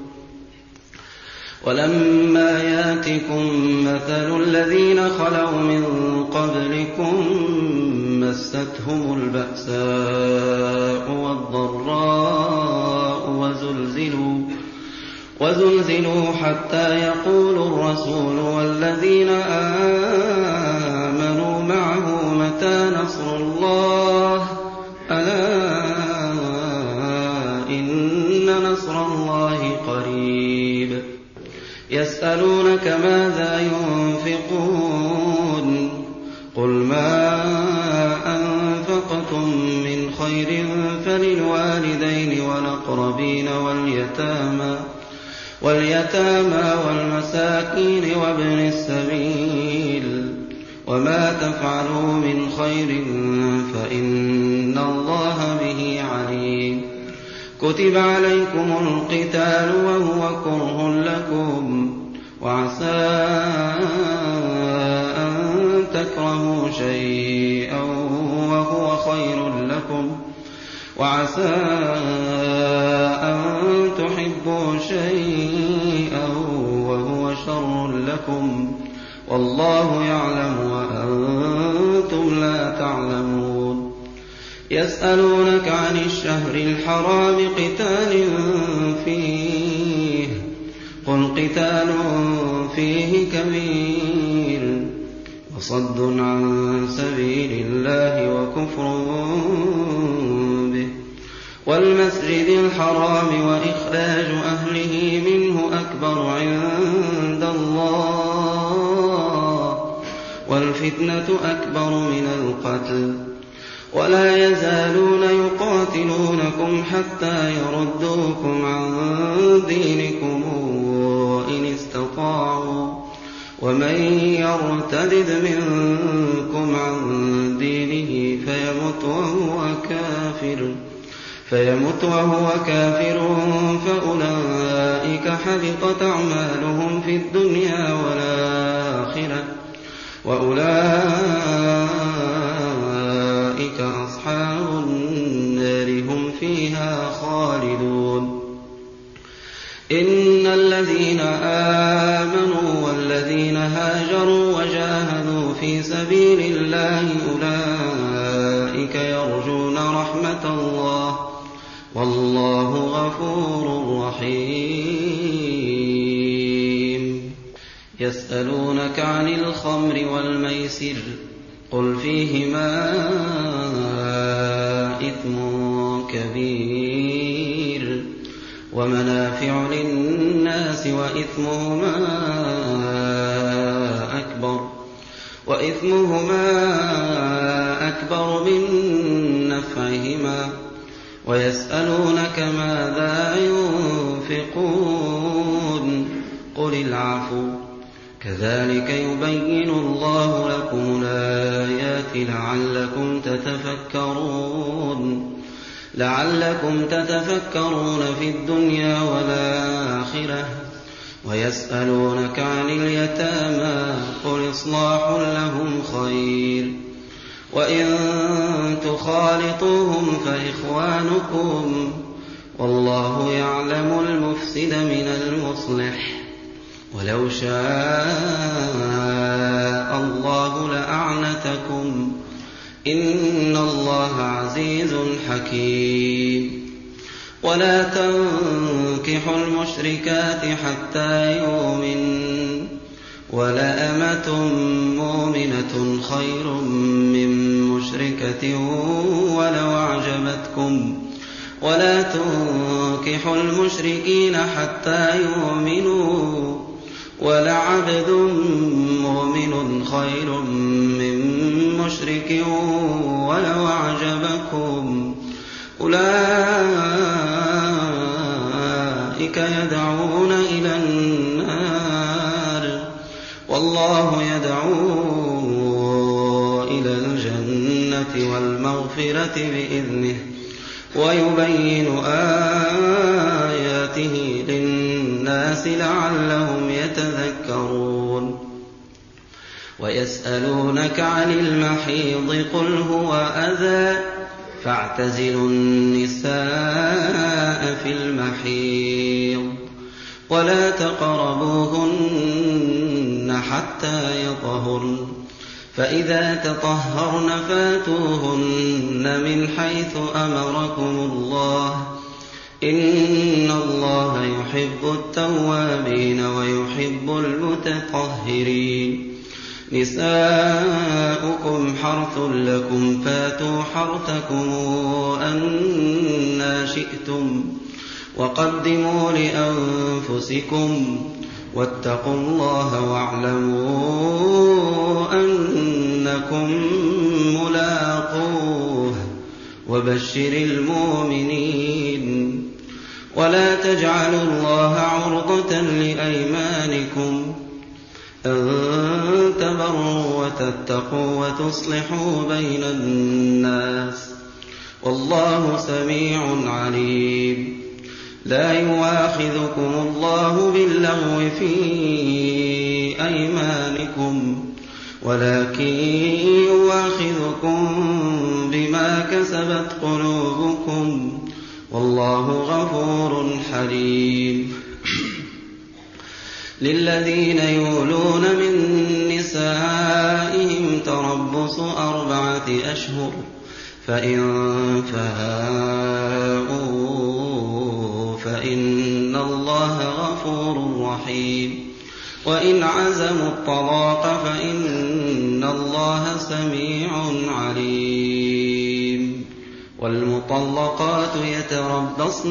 ولما ياتكم مثل الذين خلوا من قبلكم مستهم البأساء والضراء وزلزلوا وزلزلوا حتى يقول الرسول والذين آمنوا معه متى نصر الله ألا إن نصر الله قريب. يسألونك ماذا ينفقون قل ما أنفقتم من خير فللوالدين والأقربين واليتامى واليتامى والمساكين وابن السبيل وما تفعلوا من خير فإن الله به عليم كتب عليكم القتال وهو كره لكم وعسى أن تكرهوا شيئا وهو خير لكم وعسى أن تحبوا شيئا وهو شر لكم والله يعلم وأنتم لا تعلمون يسألونك عن الشهر الحرام قتال فيه قل قتال فيه كبير وصد عن سبيل الله وكفر به والمسجد الحرام وإخراج أهله منه أكبر عند الله والفتنة أكبر من القتل ولا يزالون يقاتلونكم حتى يردوكم عن دينكم إن استطاعوا ومن يرتدد منكم عن دينه فيمت وهو كافر فيمت وهو كافر فأولئك حبطت أعمالهم في الدنيا والآخرة وأولئك أصحاب النار هم فيها خالدون إن الذين آمنوا والذين هاجروا وجاهدوا في سبيل الله أولئك يرجون رحمة الله والله غفور رحيم يسألونك عن الخمر والميسر قل فيهما إثم كبير ومنافع للناس وإثمهما أكبر وإثمهما أكبر من نفعهما ويسألونك ماذا ينفقون قل العفو كذلك يبين الله لكم الآيات لعلكم تتفكرون لعلكم تتفكرون في الدنيا والآخرة ويسألونك عن اليتامى قل إصلاح لهم خير وإن تخالطوهم فإخوانكم والله يعلم المفسد من المصلح ولو شاء الله لأعنتكم إن الله عزيز حكيم ولا تنكحوا المشركات حتى يؤمن ولأمة مؤمنة خير من مشركة ولو أعجبتكم ولا تنكحوا المشركين حتى يؤمنوا ولعبد مؤمن خير من مشرك ولو أعجبكم أولئك يدعون إلى النار والله يدعو إلى الجنة والمغفرة بإذنه ويبين آياته للناس لعلهم يتذكرون ويسألونك عن المحيض قل هو أذى فاعتزلوا النساء في المحيض ولا تقربوهن حتى يطهرن فإذا تطهرن فاتوهن من حيث أمركم الله إن الله يحب التوابين ويحب المتطهرين نساؤكم حرث لكم فاتوا حرثكم أنى شئتم وقدموا لأنفسكم واتقوا الله واعلموا أنكم ملاقوه وبشر المؤمنين ولا تجعلوا الله عرضة لأيمانكم أن تبروا وتتقوا وتصلحوا بين الناس والله سميع عليم. لا يؤاخذكم الله باللغو في أيمانكم ولكن يؤاخذكم بما كسبت قلوبكم والله غفور حليم. للذين يولون من نسائهم تربص أربعة أشهر فإن فاءوا فإن الله غفور رحيم. وإن عزموا الطلاق فإن الله سميع عليم. والمطلقات يتربصن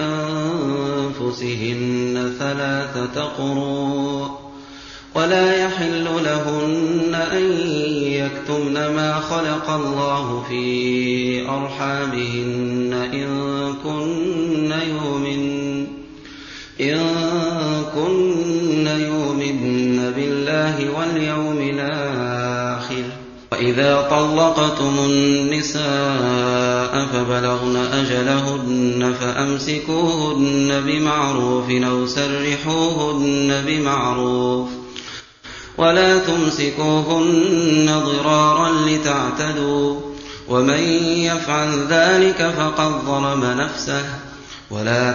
بأنفسهن ثلاثة قروء ولا يحل لهن أن يكتمن ما خلق الله في أرحامهن إن كن يؤمن إن كن يؤمن بالله واليوم الآخر. وإذا طلقتم النساء فبلغن أجلهن فأمسكوهن بمعروف أو سرحوهن بمعروف ولا تمسكوهن ضرارا لتعتدوا ومن يفعل ذلك فقد ظلم نفسه. ولا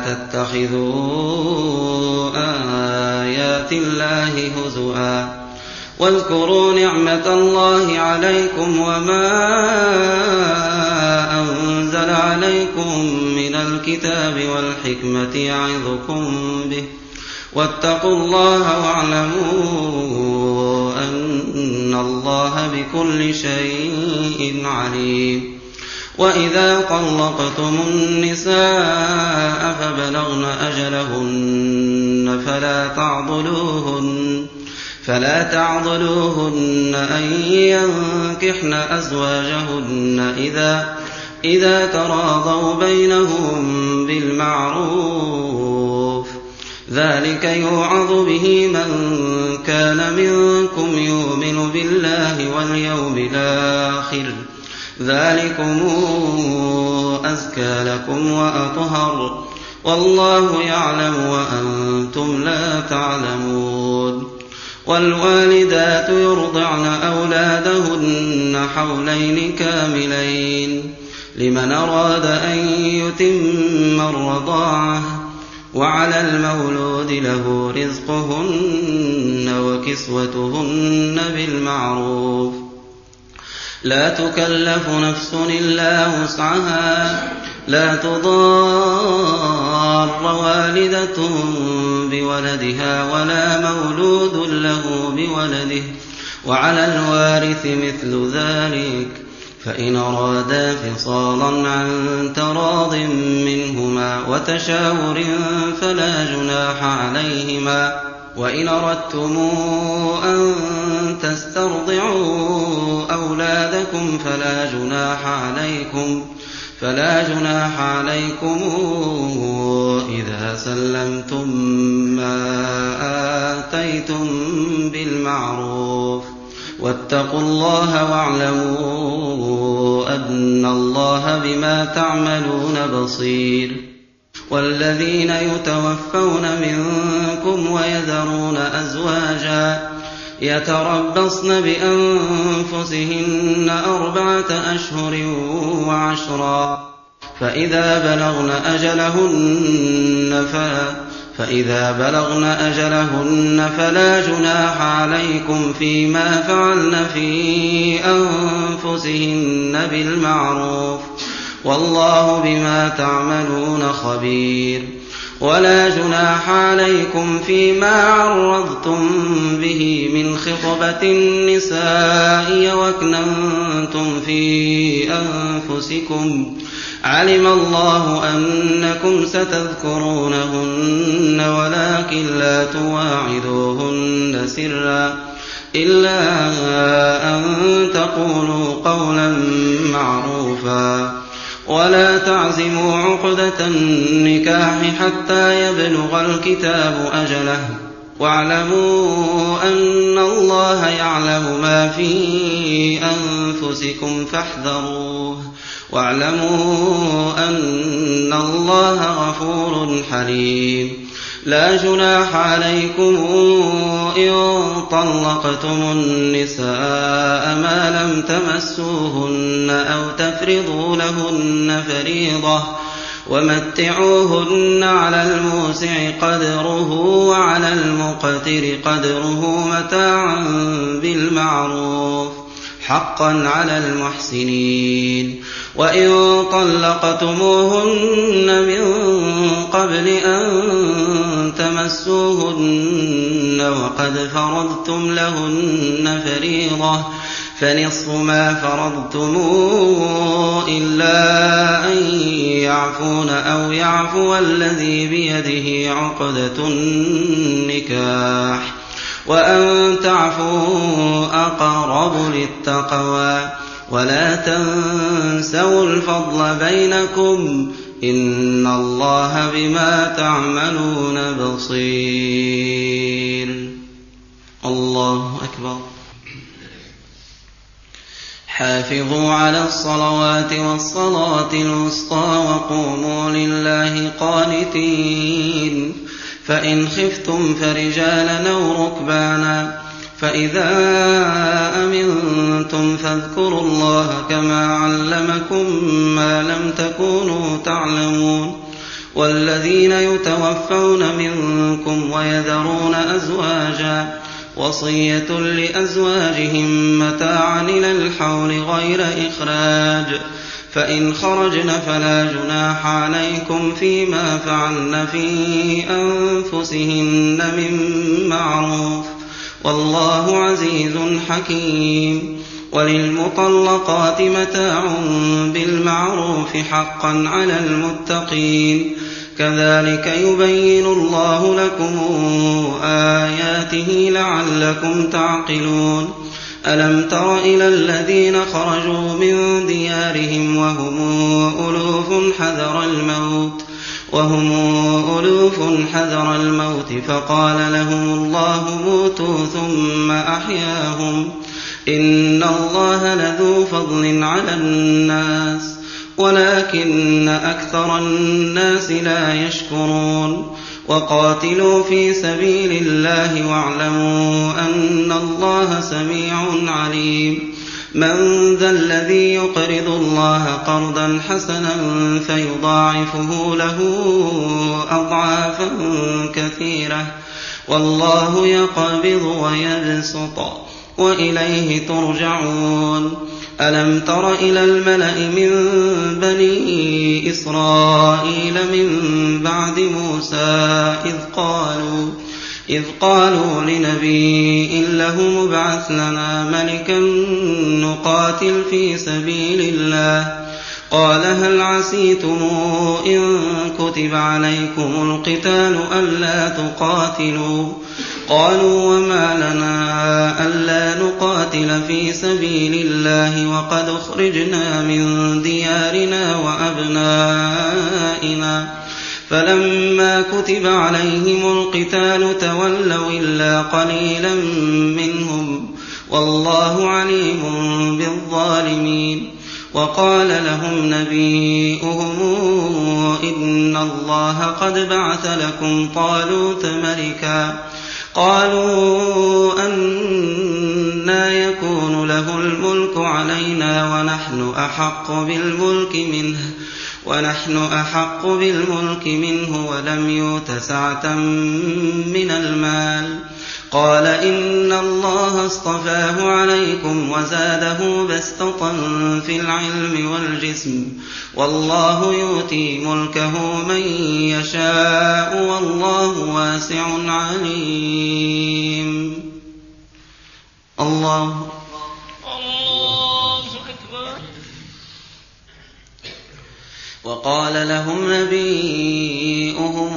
تتخذوا آيات الله هزؤا واذكروا نعمة الله عليكم وما أنزل عليكم من الكتاب والحكمة يعظكم به واتقوا الله واعلموا أن الله بكل شيء عليم. وإذا طلقتم النساء فبلغن أجلهن فلا تعضلوهن فلا تعضلوهن أن ينكحن أزواجهن إذا إذا تراضوا بينهم بالمعروف ذلك يوعظ به من كان منكم يؤمن بالله واليوم الآخر ذلكم أزكى لكم وأطهر والله يعلم وأنتم لا تعلمون. والوالدات يرضعن أولادهن حولين كاملين لمن أراد أن يتم الرضاعة وعلى المولود له رزقهن وكسوتهن بالمعروف لا تكلف نفس إلا وسعها لا تضار والدة بولدها ولا مولود له بولده وعلى الوارث مثل ذلك فإن أرادا فصالا عن تراض منهما وتشاور فلا جناح عليهما. وإن أردتم أن تسترضعوا أولادكم فلا جناح عليكم فلا جناح عليكم إذا سلمتم ما آتيتم بالمعروف واتقوا الله واعلموا أن الله بما تعملون بصير. والذين يتوفون منكم ويذرون أزواجا يتربصن بأنفسهن أربعة أشهر وعشرا فإذا بلغن أجلهن فإذا بلغن أجلهن فلا جناح عليكم فيما فعلن في أنفسهن بالمعروف والله بما تعملون خبير. ولا جناح عليكم فيما عرضتم به من خطبة النساء وأكننتم في أنفسكم علم الله أنكم ستذكرونهن ولكن لا تواعدوهن سرا إلا أن تقولوا قولا معروفا ولا تعزموا عقدة النكاح حتى يبلغ الكتاب أجله واعلموا أن الله يعلم ما في أنفسكم فاحذروه واعلموا أن الله غفور حليم لا جناح عليكم إن طلقتم النساء ما لم تمسوهن أو تفرضوا لهن فريضة ومتعوهن على الموسع قدره وعلى المقتر قدره متاعا بالمعروف حقا على المحسنين وإن طلقتموهن من قبل أن تمسوهن وقد فرضتم لهن فريضة فنصف ما فرضتم إلا أن يعفون أو يعفو الذي بيده عقدة النكاح وأن تعفوا أقرب للتقوى ولا تنسوا الفضل بينكم إن الله بما تعملون بصير. الله أكبر. حافظوا على الصلوات والصلاة الوسطى وقوموا لله قانتين فإن خفتم فرجالا أو ركبانا فإذا أمنتم فاذكروا الله كما علمكم ما لم تكونوا تعلمون والذين يتوفون منكم ويذرون أزواجا وصية لأزواجهم متاعا إلى الحول غير إخراج فإن خرجن فلا جناح عليكم فيما فعلن في أنفسهن من معروف والله عزيز حكيم وللمطلقات متاع بالمعروف حقا على المتقين كذلك يبين الله لكم آياته لعلكم تعقلون ألم تر إلى الذين خرجوا من ديارهم وهم ألوف حذر الموت وهم ألوف حذر الموت فقال لهم الله موتوا ثم أحياهم إن الله لذو فضل على الناس ولكن أكثر الناس لا يشكرون وقاتلوا في سبيل الله واعلموا أن الله سميع عليم من ذا الذي يقرض الله قرضا حسنا فيضاعفه له أضعافا كثيرة والله يقبض ويبسط وإليه ترجعون ألم تر إلى الملأ من بني إسرائيل من بعد موسى إذ قالوا إذ قالوا لنبي له مبعث لنا ملكا نقاتل في سبيل الله قال هل عسيتم إن كتب عليكم القتال ألا تقاتلوا قالوا وما لنا ألا نقاتل في سبيل الله وقد أخرجنا من ديارنا وأبنائنا فلما كتب عليهم القتال تولوا إلا قليلا منهم والله عليم بالظالمين وقال لهم نبيؤهم إن الله قد بعث لكم طالوت ملكا قالوا أنى يكون له الملك علينا ونحن أحق بالملك منه ونحن أحق بالملك منه ولم يؤت سعة من المال قال إن الله اصطفاه عليكم وزاده بسطة في العلم والجسم والله يؤتي ملكه من يشاء والله واسع عليم. الله وقال لهم نبيؤهم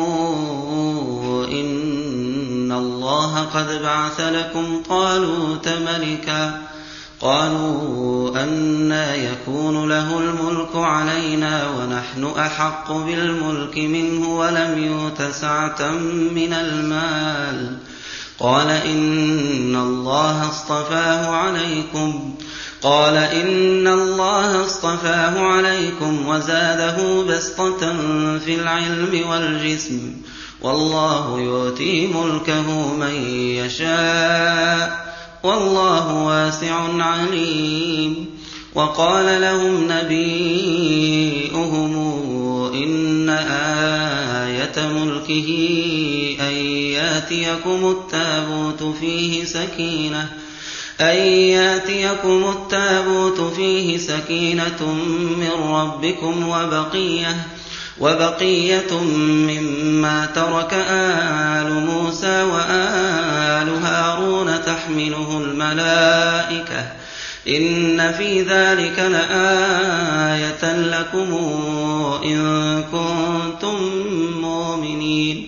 إن الله قد بعث لكم طالوت ملكا قالوا أنى يكون له الملك علينا ونحن أحق بالملك منه ولم يؤت سعة من المال. قال إن الله اصطفاه عليكم قال إن الله اصطفاه عليكم وزاده بسطة في العلم والجسم والله يؤتي ملكه من يشاء والله واسع عليم. وقال لهم نبيؤهم إن آية ملكه أن ياتيكم التابوت فيه سكينة أن ياتيكم التابوت فيه سكينة من ربكم وبقية وبقية مما ترك آل موسى وآل هارون تحمله الملائكة إن في ذلك لآية لكم إن كنتم مؤمنين.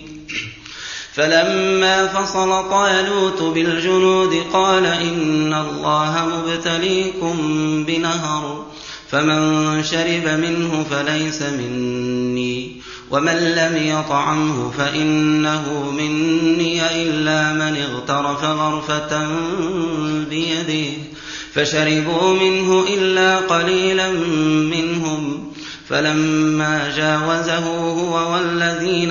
فلما فصل طالوت بالجنود قال إن الله مبتليكم بنهر فمن شرب منه فليس مني ومن لم يطعمه فإنه مني إلا من اغترف غرفة بيده فشربوا منه إلا قليلا منهم. فلما جاوزه هو والذين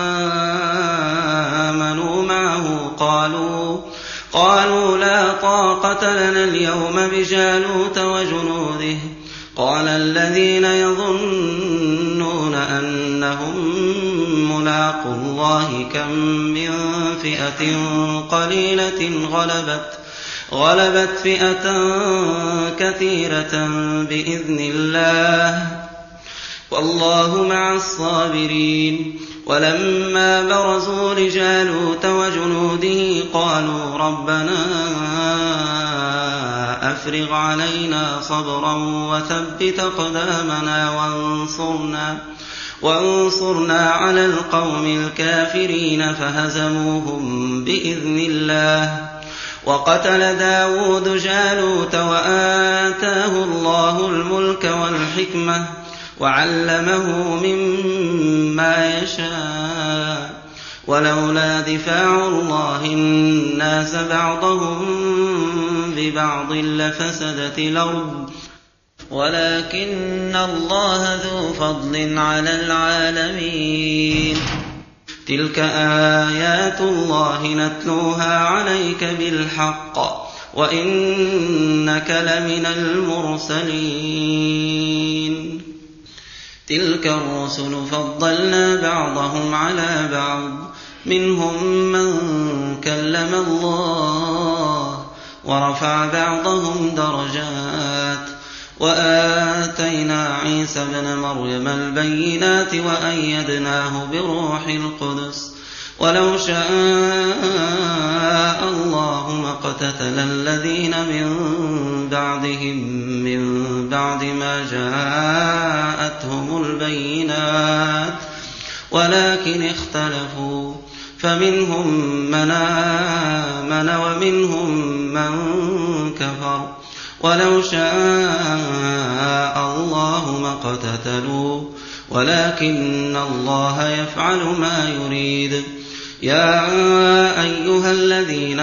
آمنوا معه قالوا قالوا لا طاقة لنا اليوم بجالوت وجنوده. قال الذين يظنون أنهم ملاقو الله كم من فئة قليلة غلبت غلبت فئة كثيرة بإذن الله والله مع الصابرين. ولما برزوا لجالوت وجنوده قالوا ربنا أفرغ علينا صبرا وثبت أقدامنا وانصرنا, وانصرنا على القوم الكافرين فهزموهم بإذن الله. وقتل داود جالوت وآتاه الله الملك والحكمة وعلمه مما يشاء ولولا دفاع الله الناس بعضهم ببعض لفسدت الأرض ولكن الله ذو فضل على العالمين. تلك آيات الله نتلوها عليك بالحق وإنك لمن المرسلين. تلك الرسل فضلنا بعضهم على بعض منهم من كلم الله ورفع بعضهم درجات وآتينا عيسى ابن مريم البينات وأيدناه بروح القدس ولو شاء الله ما اقتتل الذين من بعدهم من بعد ما جاءتهم البينات ولكن اختلفوا فمنهم من آمن ومنهم من كفر ولو شاء الله ما اقتتلوا ولكن الله يفعل ما يريد. يا أيها الذين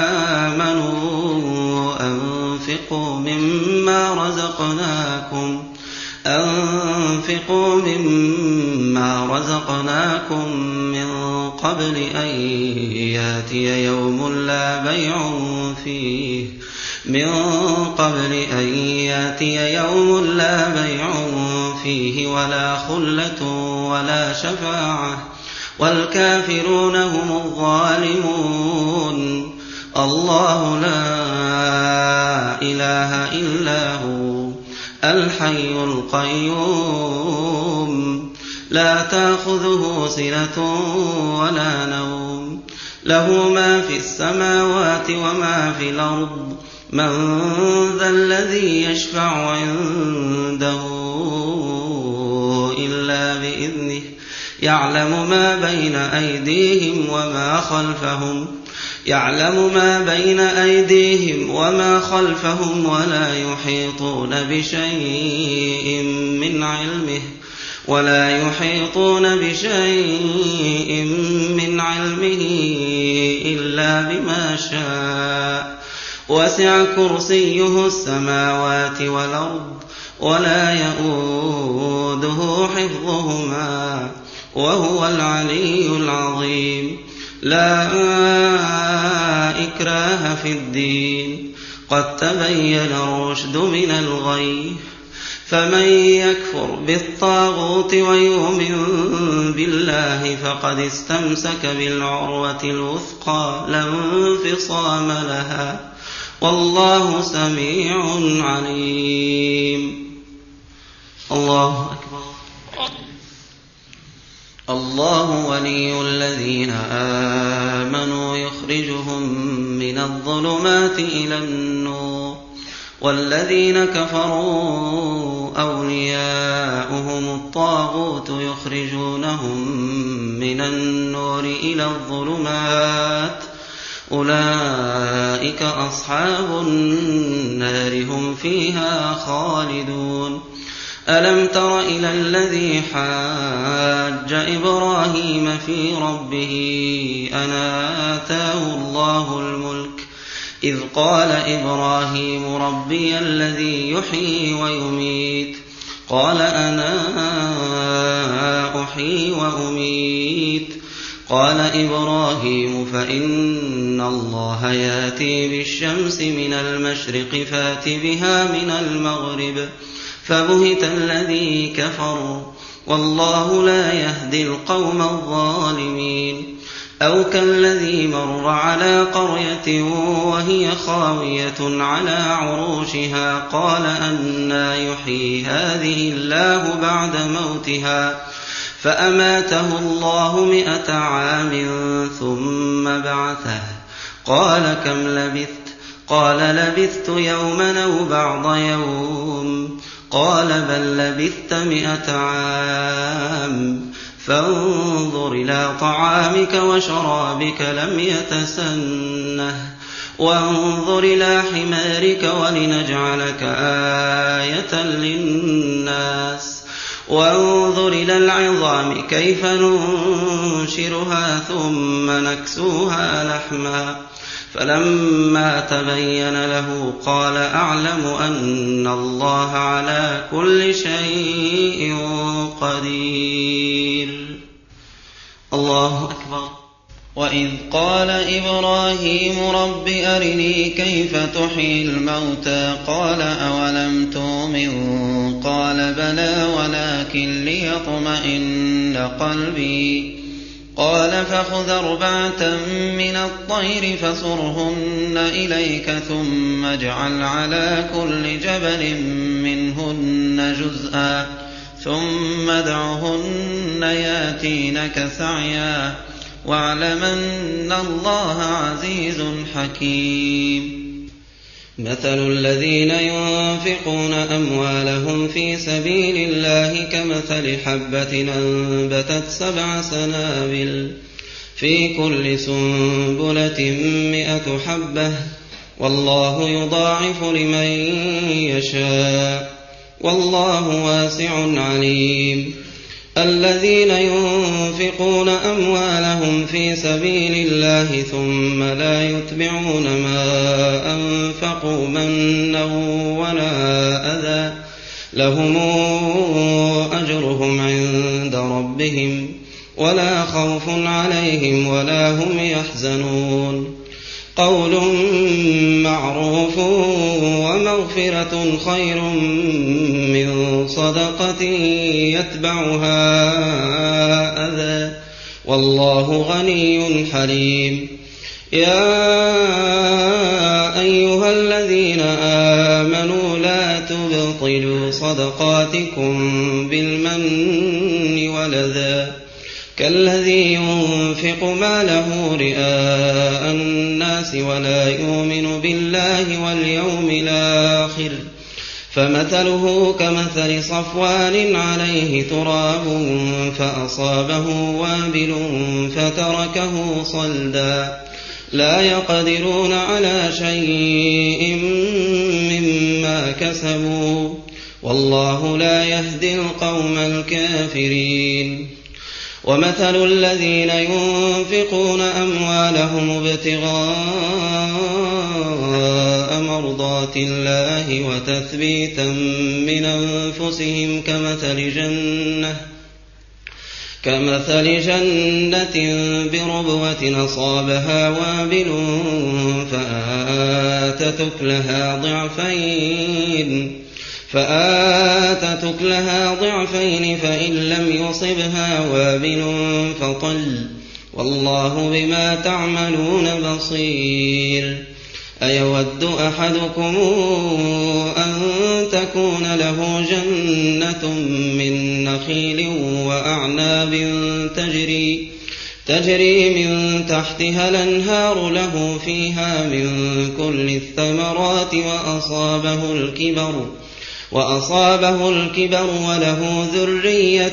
آمنوا أنفقوا مما رزقناكم أنفقوا مما رزقناكم من قبل أن يأتي يوم لا بيع فيه من قبل أن يأتي يوم لا بيع فيه ولا خلة ولا شفاعة والكافرون هم الظالمون. الله لا إله إلا هو الحي القيوم لا تأخذه سنة ولا نوم له ما في السماوات وما في الأرض من ذا الذي يشفع عنده إلا بإذنه يعلم ما بين أيديهم وما خلفهم يعلم ما بين أيديهم وما خلفهم ولا يحيطون بشيء من علمه ولا يحيطون بشيء من علمه إلا بما شاء وسع كرسيه السماوات والأرض ولا يئوده حفظهما وهو العلي العظيم لا إكراه في الدين قد تبين الرشد من الغي فمن يكفر بالطاغوت ويؤمن بالله فقد استمسك بالعروة الوثقى لا انفصام لها والله سميع عليم. الله أكبر. الله ولي الذين آمنوا يخرجهم من الظلمات إلى النور والذين كفروا أولياؤهم الطاغوت يخرجونهم من النور إلى الظلمات أولئك أصحاب النار هم فيها خالدون. ألم تر إلى الذي حاج إبراهيم في ربه أن آتاه الله الملك إذ قال إبراهيم ربي الذي يحيي ويميت قال أنا أحيي وأميت قال إبراهيم فإن الله يأتي بالشمس من المشرق فات بها من المغرب فبهت الذي كفر والله لا يهدي القوم الظالمين. أو كالذي مر على قرية وهي خاوية على عروشها قال أنى يحيي هذه الله بعد موتها فأماته الله مئة عام ثم بعثه قال كم لبثت قال لبثت يوما أو بعض يوم قال بل لبثت مئة عام فانظر إلى طعامك وشرابك لم يتسنه وانظر إلى حمارك ولنجعلك آية للناس وانظر إلى العظام كيف ننشرها ثم نكسوها لحما فلما تبين له قال أعلم أن الله على كل شيء قدير. الله أكبر. وإذ قال إبراهيم رب أرني كيف تحيي الموتى قال أولم تؤمن قال بلى ولكن ليطمئن قلبي قال فخذ أربعة من الطير فصرهن إليك ثم اجعل على كل جبل منهن جزءا ثم ادعهن ياتينك سعيا واعلم أن الله عزيز حكيم. مثل الذين ينفقون أموالهم في سبيل الله كمثل حبة أنبتت سبع سنابل في كل سنبلة مئة حبة والله يضاعف لمن يشاء والله واسع عليم. الذين ينفقون أموالهم في سبيل الله ثم لا يتبعون ما أنفقوا منا ولا أذى لهم أجرهم عند ربهم ولا خوف عليهم ولا هم يحزنون. قول معروف ومغفرة خير من صدقة يتبعها أذى والله غني حليم. يا أيها الذين آمنوا لا تبطلوا صدقاتكم بالمن والأذى كالذي ينفق ماله رئاء الناس ولا يؤمن بالله واليوم الآخر فمثله كمثل صفوان عليه تراب فأصابه وابل فتركه صلدا لا يقدرون على شيء مما كسبوا والله لا يهدي القوم الكافرين ومثل الذين ينفقون أموالهم ابتغاء مرضات الله وتثبيتا من أنفسهم كمثل جنة كمثل جنة بربوة أصابها وابل فآتت أكلها ضعفين فآتت أكلها ضعفين فإن لم يصبها وابل فطل والله بما تعملون بصير أيود أحدكم أن تكون له جنة من نخيل وأعناب تجري, تجري من تحتها الأنهار له فيها من كل الثمرات وأصابه الكبر وأصابه الكبر وله ذرية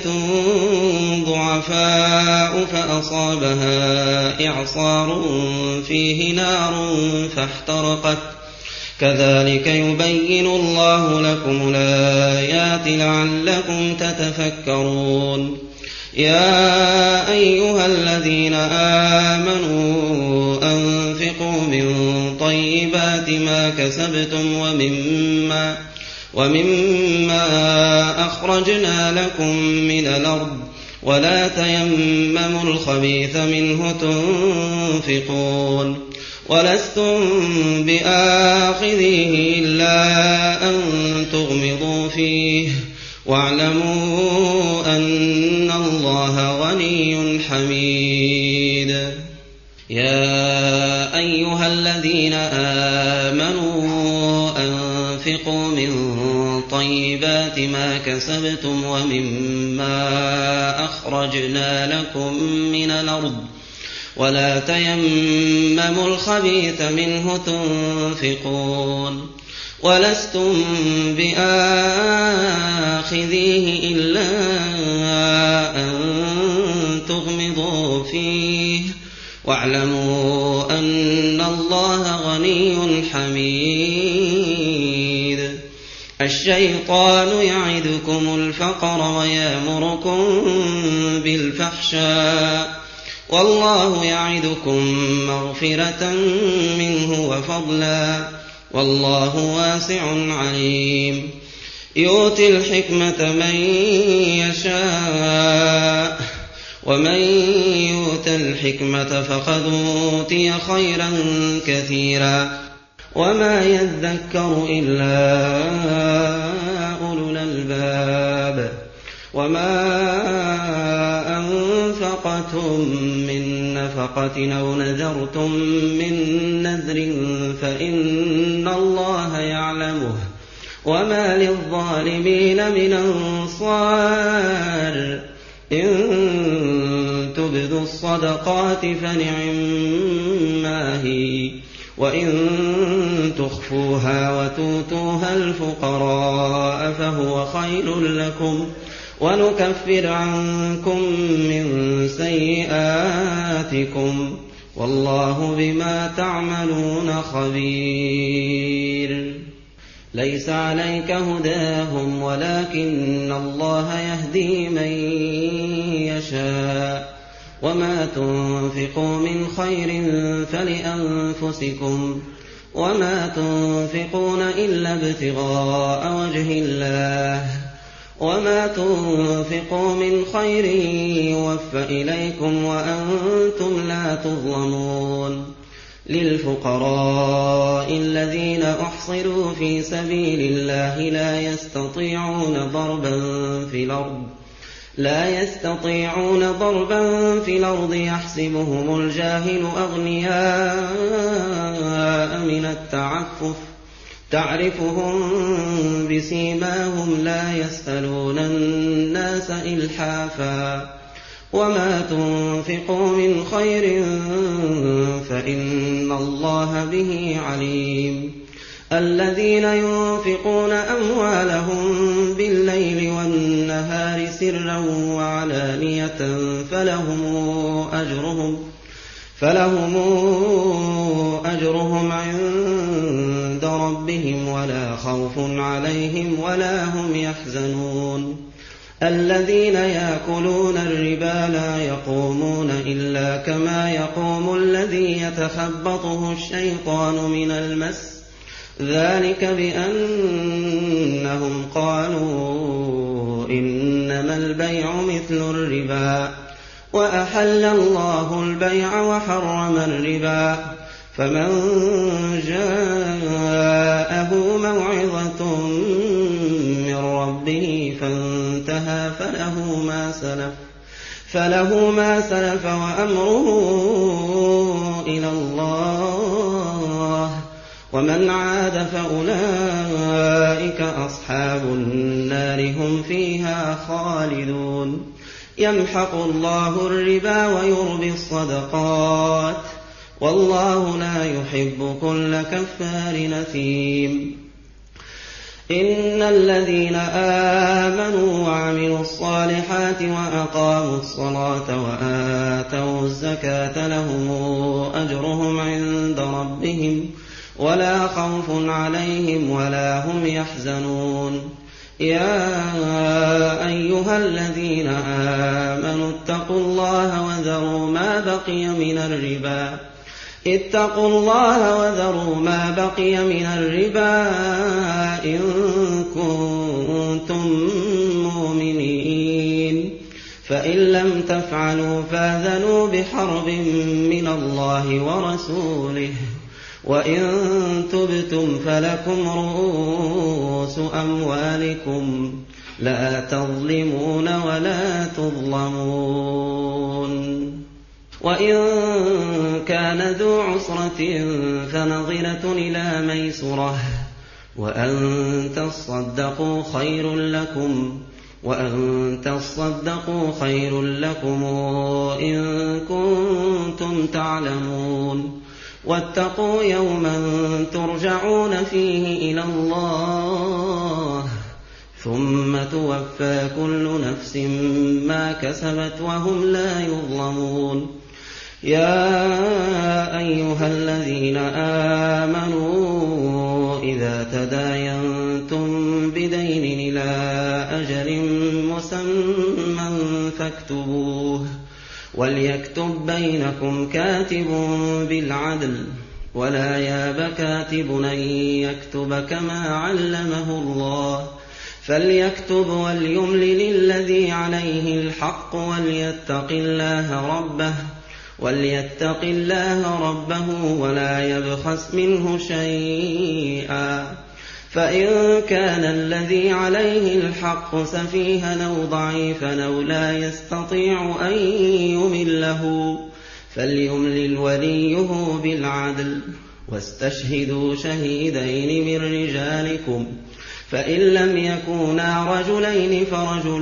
ضعفاء فأصابها إعصار فيه نار فاحترقت كذلك يبين الله لكم الآيات لعلكم تتفكرون يا أيها الذين آمنوا أنفقوا من طيبات ما كسبتم ومما ومما أخرجنا لكم من الأرض ولا تيمموا الخبيث منه تنفقون ولستم بآخذيه إلا أن تغمضوا فيه واعلموا أن الله غني حميد يا أيها الذين آمنوا أنفقوا من طيبات ما كسبتم ومما أخرجنا لكم من الأرض ولا تيمموا الخبيث منه تنفقون ولستم بآخذيه إلا أن تغمضوا فيه واعلموا أن الله غني حميد الشيطان يعدكم الفقر ويأمركم بالفحشاء والله يعدكم مغفرة منه وفضلا والله واسع عليم يؤتي الحكمة من يشاء ومن يؤت الحكمة فقد أوتي خيرا كثيرا وما يذكر إلا أولو الألباب وما أنفقتم من نفقة أو نذرتم من نذر فإن الله يعلمه وما للظالمين من أنصار إن تبدوا الصدقات فنعما هي وإن تخفوها وتؤتوها الفقراء فهو خير لكم ونكفر عنكم من سيئاتكم والله بما تعملون خبير ليس عليك هداهم ولكن الله يهدي من يشاء وما تنفقوا من خير فلأنفسكم وما تنفقون إلا ابتغاء وجه الله وما تنفقوا من خير يوفى إليكم وأنتم لا تظلمون للفقراء الذين أحصروا في سبيل الله لا يستطيعون ضربا في الأرض لا يستطيعون ضربا في الأرض يحسبهم الجاهل أغنياء من التعفف تعرفهم بسيماهم لا يسألون الناس إلحافا وما تنفقوا من خير فإن الله به عليم الذين ينفقون أموالهم بالليل والنهار سرا وعلانية فلهم أجرهم فلهم أجرهم عند ربهم ولا خوف عليهم ولا هم يحزنون الذين يأكلون الربا لا يقومون إلا كما يقوم الذي يتخبطه الشيطان من المس ذلك بأنهم قالوا إنما البيع مثل الربا وأحل الله البيع وحرم الربا فمن جاءه موعظة من ربه فانتهى فله ما سلف فله ما سلف وأمره إلى الله ومن عاد فأولئك أصحاب النار هم فيها خالدون يمحق الله الربا ويربي الصدقات والله لا يحب كل كفار نثيم إن الذين آمنوا وعملوا الصالحات وأقاموا الصلاة وآتوا الزكاة لهم أجرهم عند ربهم ولا خوف عليهم ولا هم يحزنون يا أيها الذين آمنوا اتقوا الله وذروا ما بقي من الربا اتقوا الله وذروا ما بقي من الربا إن كنتم مؤمنين فإن لم تفعلوا فاذنوا بحرب من الله ورسوله وإن تبتم فلكم رؤوس أموالكم لا تظلمون ولا تظلمون وإن كان ذو عسرة فنظرة إلى ميسرة وأن تصدقوا خير لكم وأن تصدقوا خير لكم إن كنتم تعلمون واتقوا يوما ترجعون فيه إلى الله ثم توفى كل نفس ما كسبت وهم لا يظلمون يا أيها الذين آمنوا إذا تداينتم بدين إلى أجل مسمى فاكتبوه وليكتب بينكم كاتب بالعدل ولا ياب كاتب أن يكتب كما علمه الله فليكتب وليملل الذي عليه الحق وليتق الله ربه وليتق الله ربه ولا يبخس منه شيئا فإن كان الذي عليه الحق سفيها أو ضعيفا أو لا يستطيع أن يمله فليملل وليه بالعدل واستشهدوا شهيدين من رجالكم فإن لم يكونا رجلين فرجل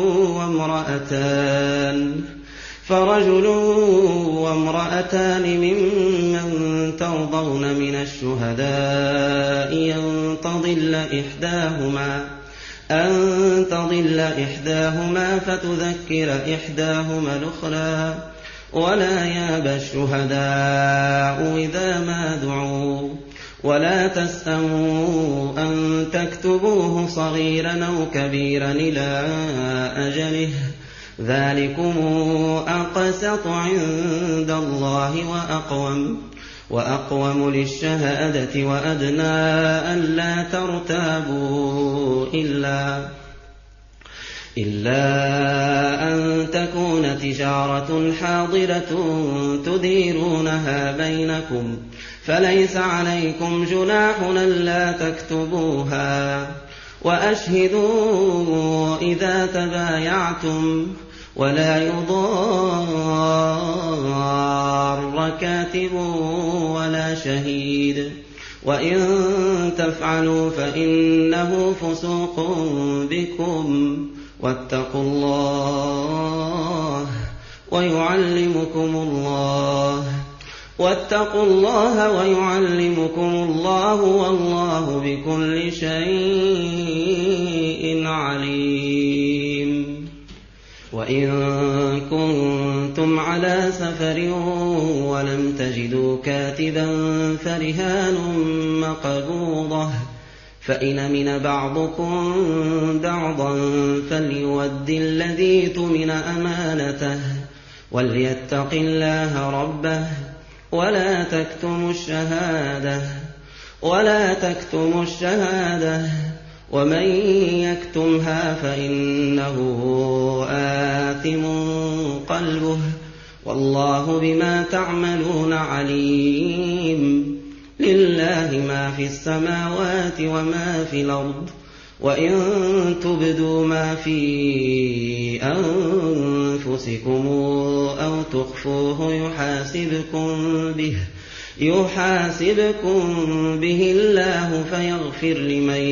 وامرأتان فرجل وامرأتان ممن ترضون من الشهداء أن تضل إحداهما أن تضل إحداهما فتذكر إحداهما الأخرى ولا ياب الشهداء إذا ما دعوا ولا تسأموا أن تكتبوه صغيرا أو كبيرا إلى أجله ذلكم أقسط عند الله وأقوم وأقوم للشهادة وأدنى ألا ترتابوا إلا إلا أن تكون تجارة حاضرة تديرونها بينكم فليس عليكم جناح ألا تكتبوها وأشهدوا إذا تبايعتم ولا يضار كاتب ولا شهيد وإن تفعلوا فإنه فسوق بكم واتقوا الله ويعلمكم الله واتقوا الله ويعلمكم الله والله بكل شيء عليم وإن كنتم كنتم على سفر ولم تجدوا كاتبا فرهان مقبوضة فإن أمن بعضكم بعضا فليؤد الذي اؤتمن أمانته وليتق الله ربه ولا تكتموا الشهادة ولا تكتموا الشهادة ومن يكتمها فإنه آثم قلبه والله بما تعملون عليم. لله ما في السماوات وما في الأرض وإن تبدوا ما في أنفسكم أو تخفوه يحاسبكم به يحاسبكم به الله فيغفر لمن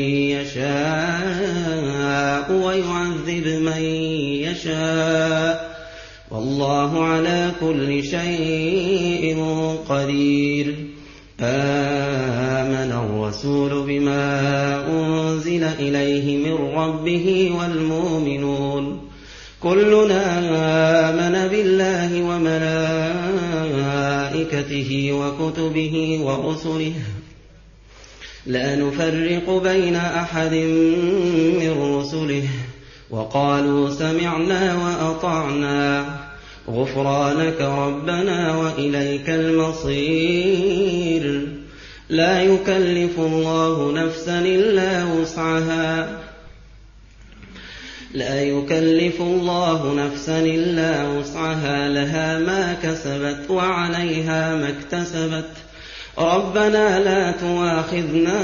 يشاء ويعذب من يشاء والله على كل شيء قدير. آمن الرسول بما أنزل إليه من ربه والمؤمنون كلنا آمن بالله وملائكته وكتبه ورسله لا نفرق بين أحد من رسله وقالوا سمعنا وأطعنا غفرانك ربنا وإليك المصير. لا يكلف الله نفسا إلا وسعها لا يكلف الله نفسا إلا وسعها لها ما كسبت وعليها ما اكتسبت ربنا لا تؤاخذنا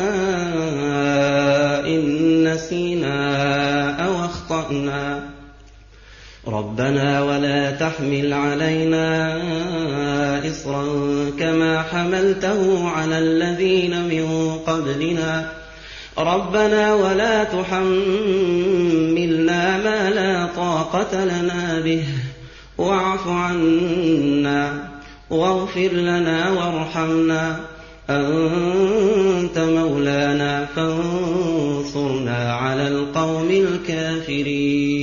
إن نسينا أو أخطأنا ربنا ولا تحمل علينا إصرا كما حملته على الذين من قبلنا ربنا ولا تحملنا ما لا طاقة لنا به واعف عنا واغفر لنا وارحمنا أنت مولانا فانصرنا على القوم الكافرين.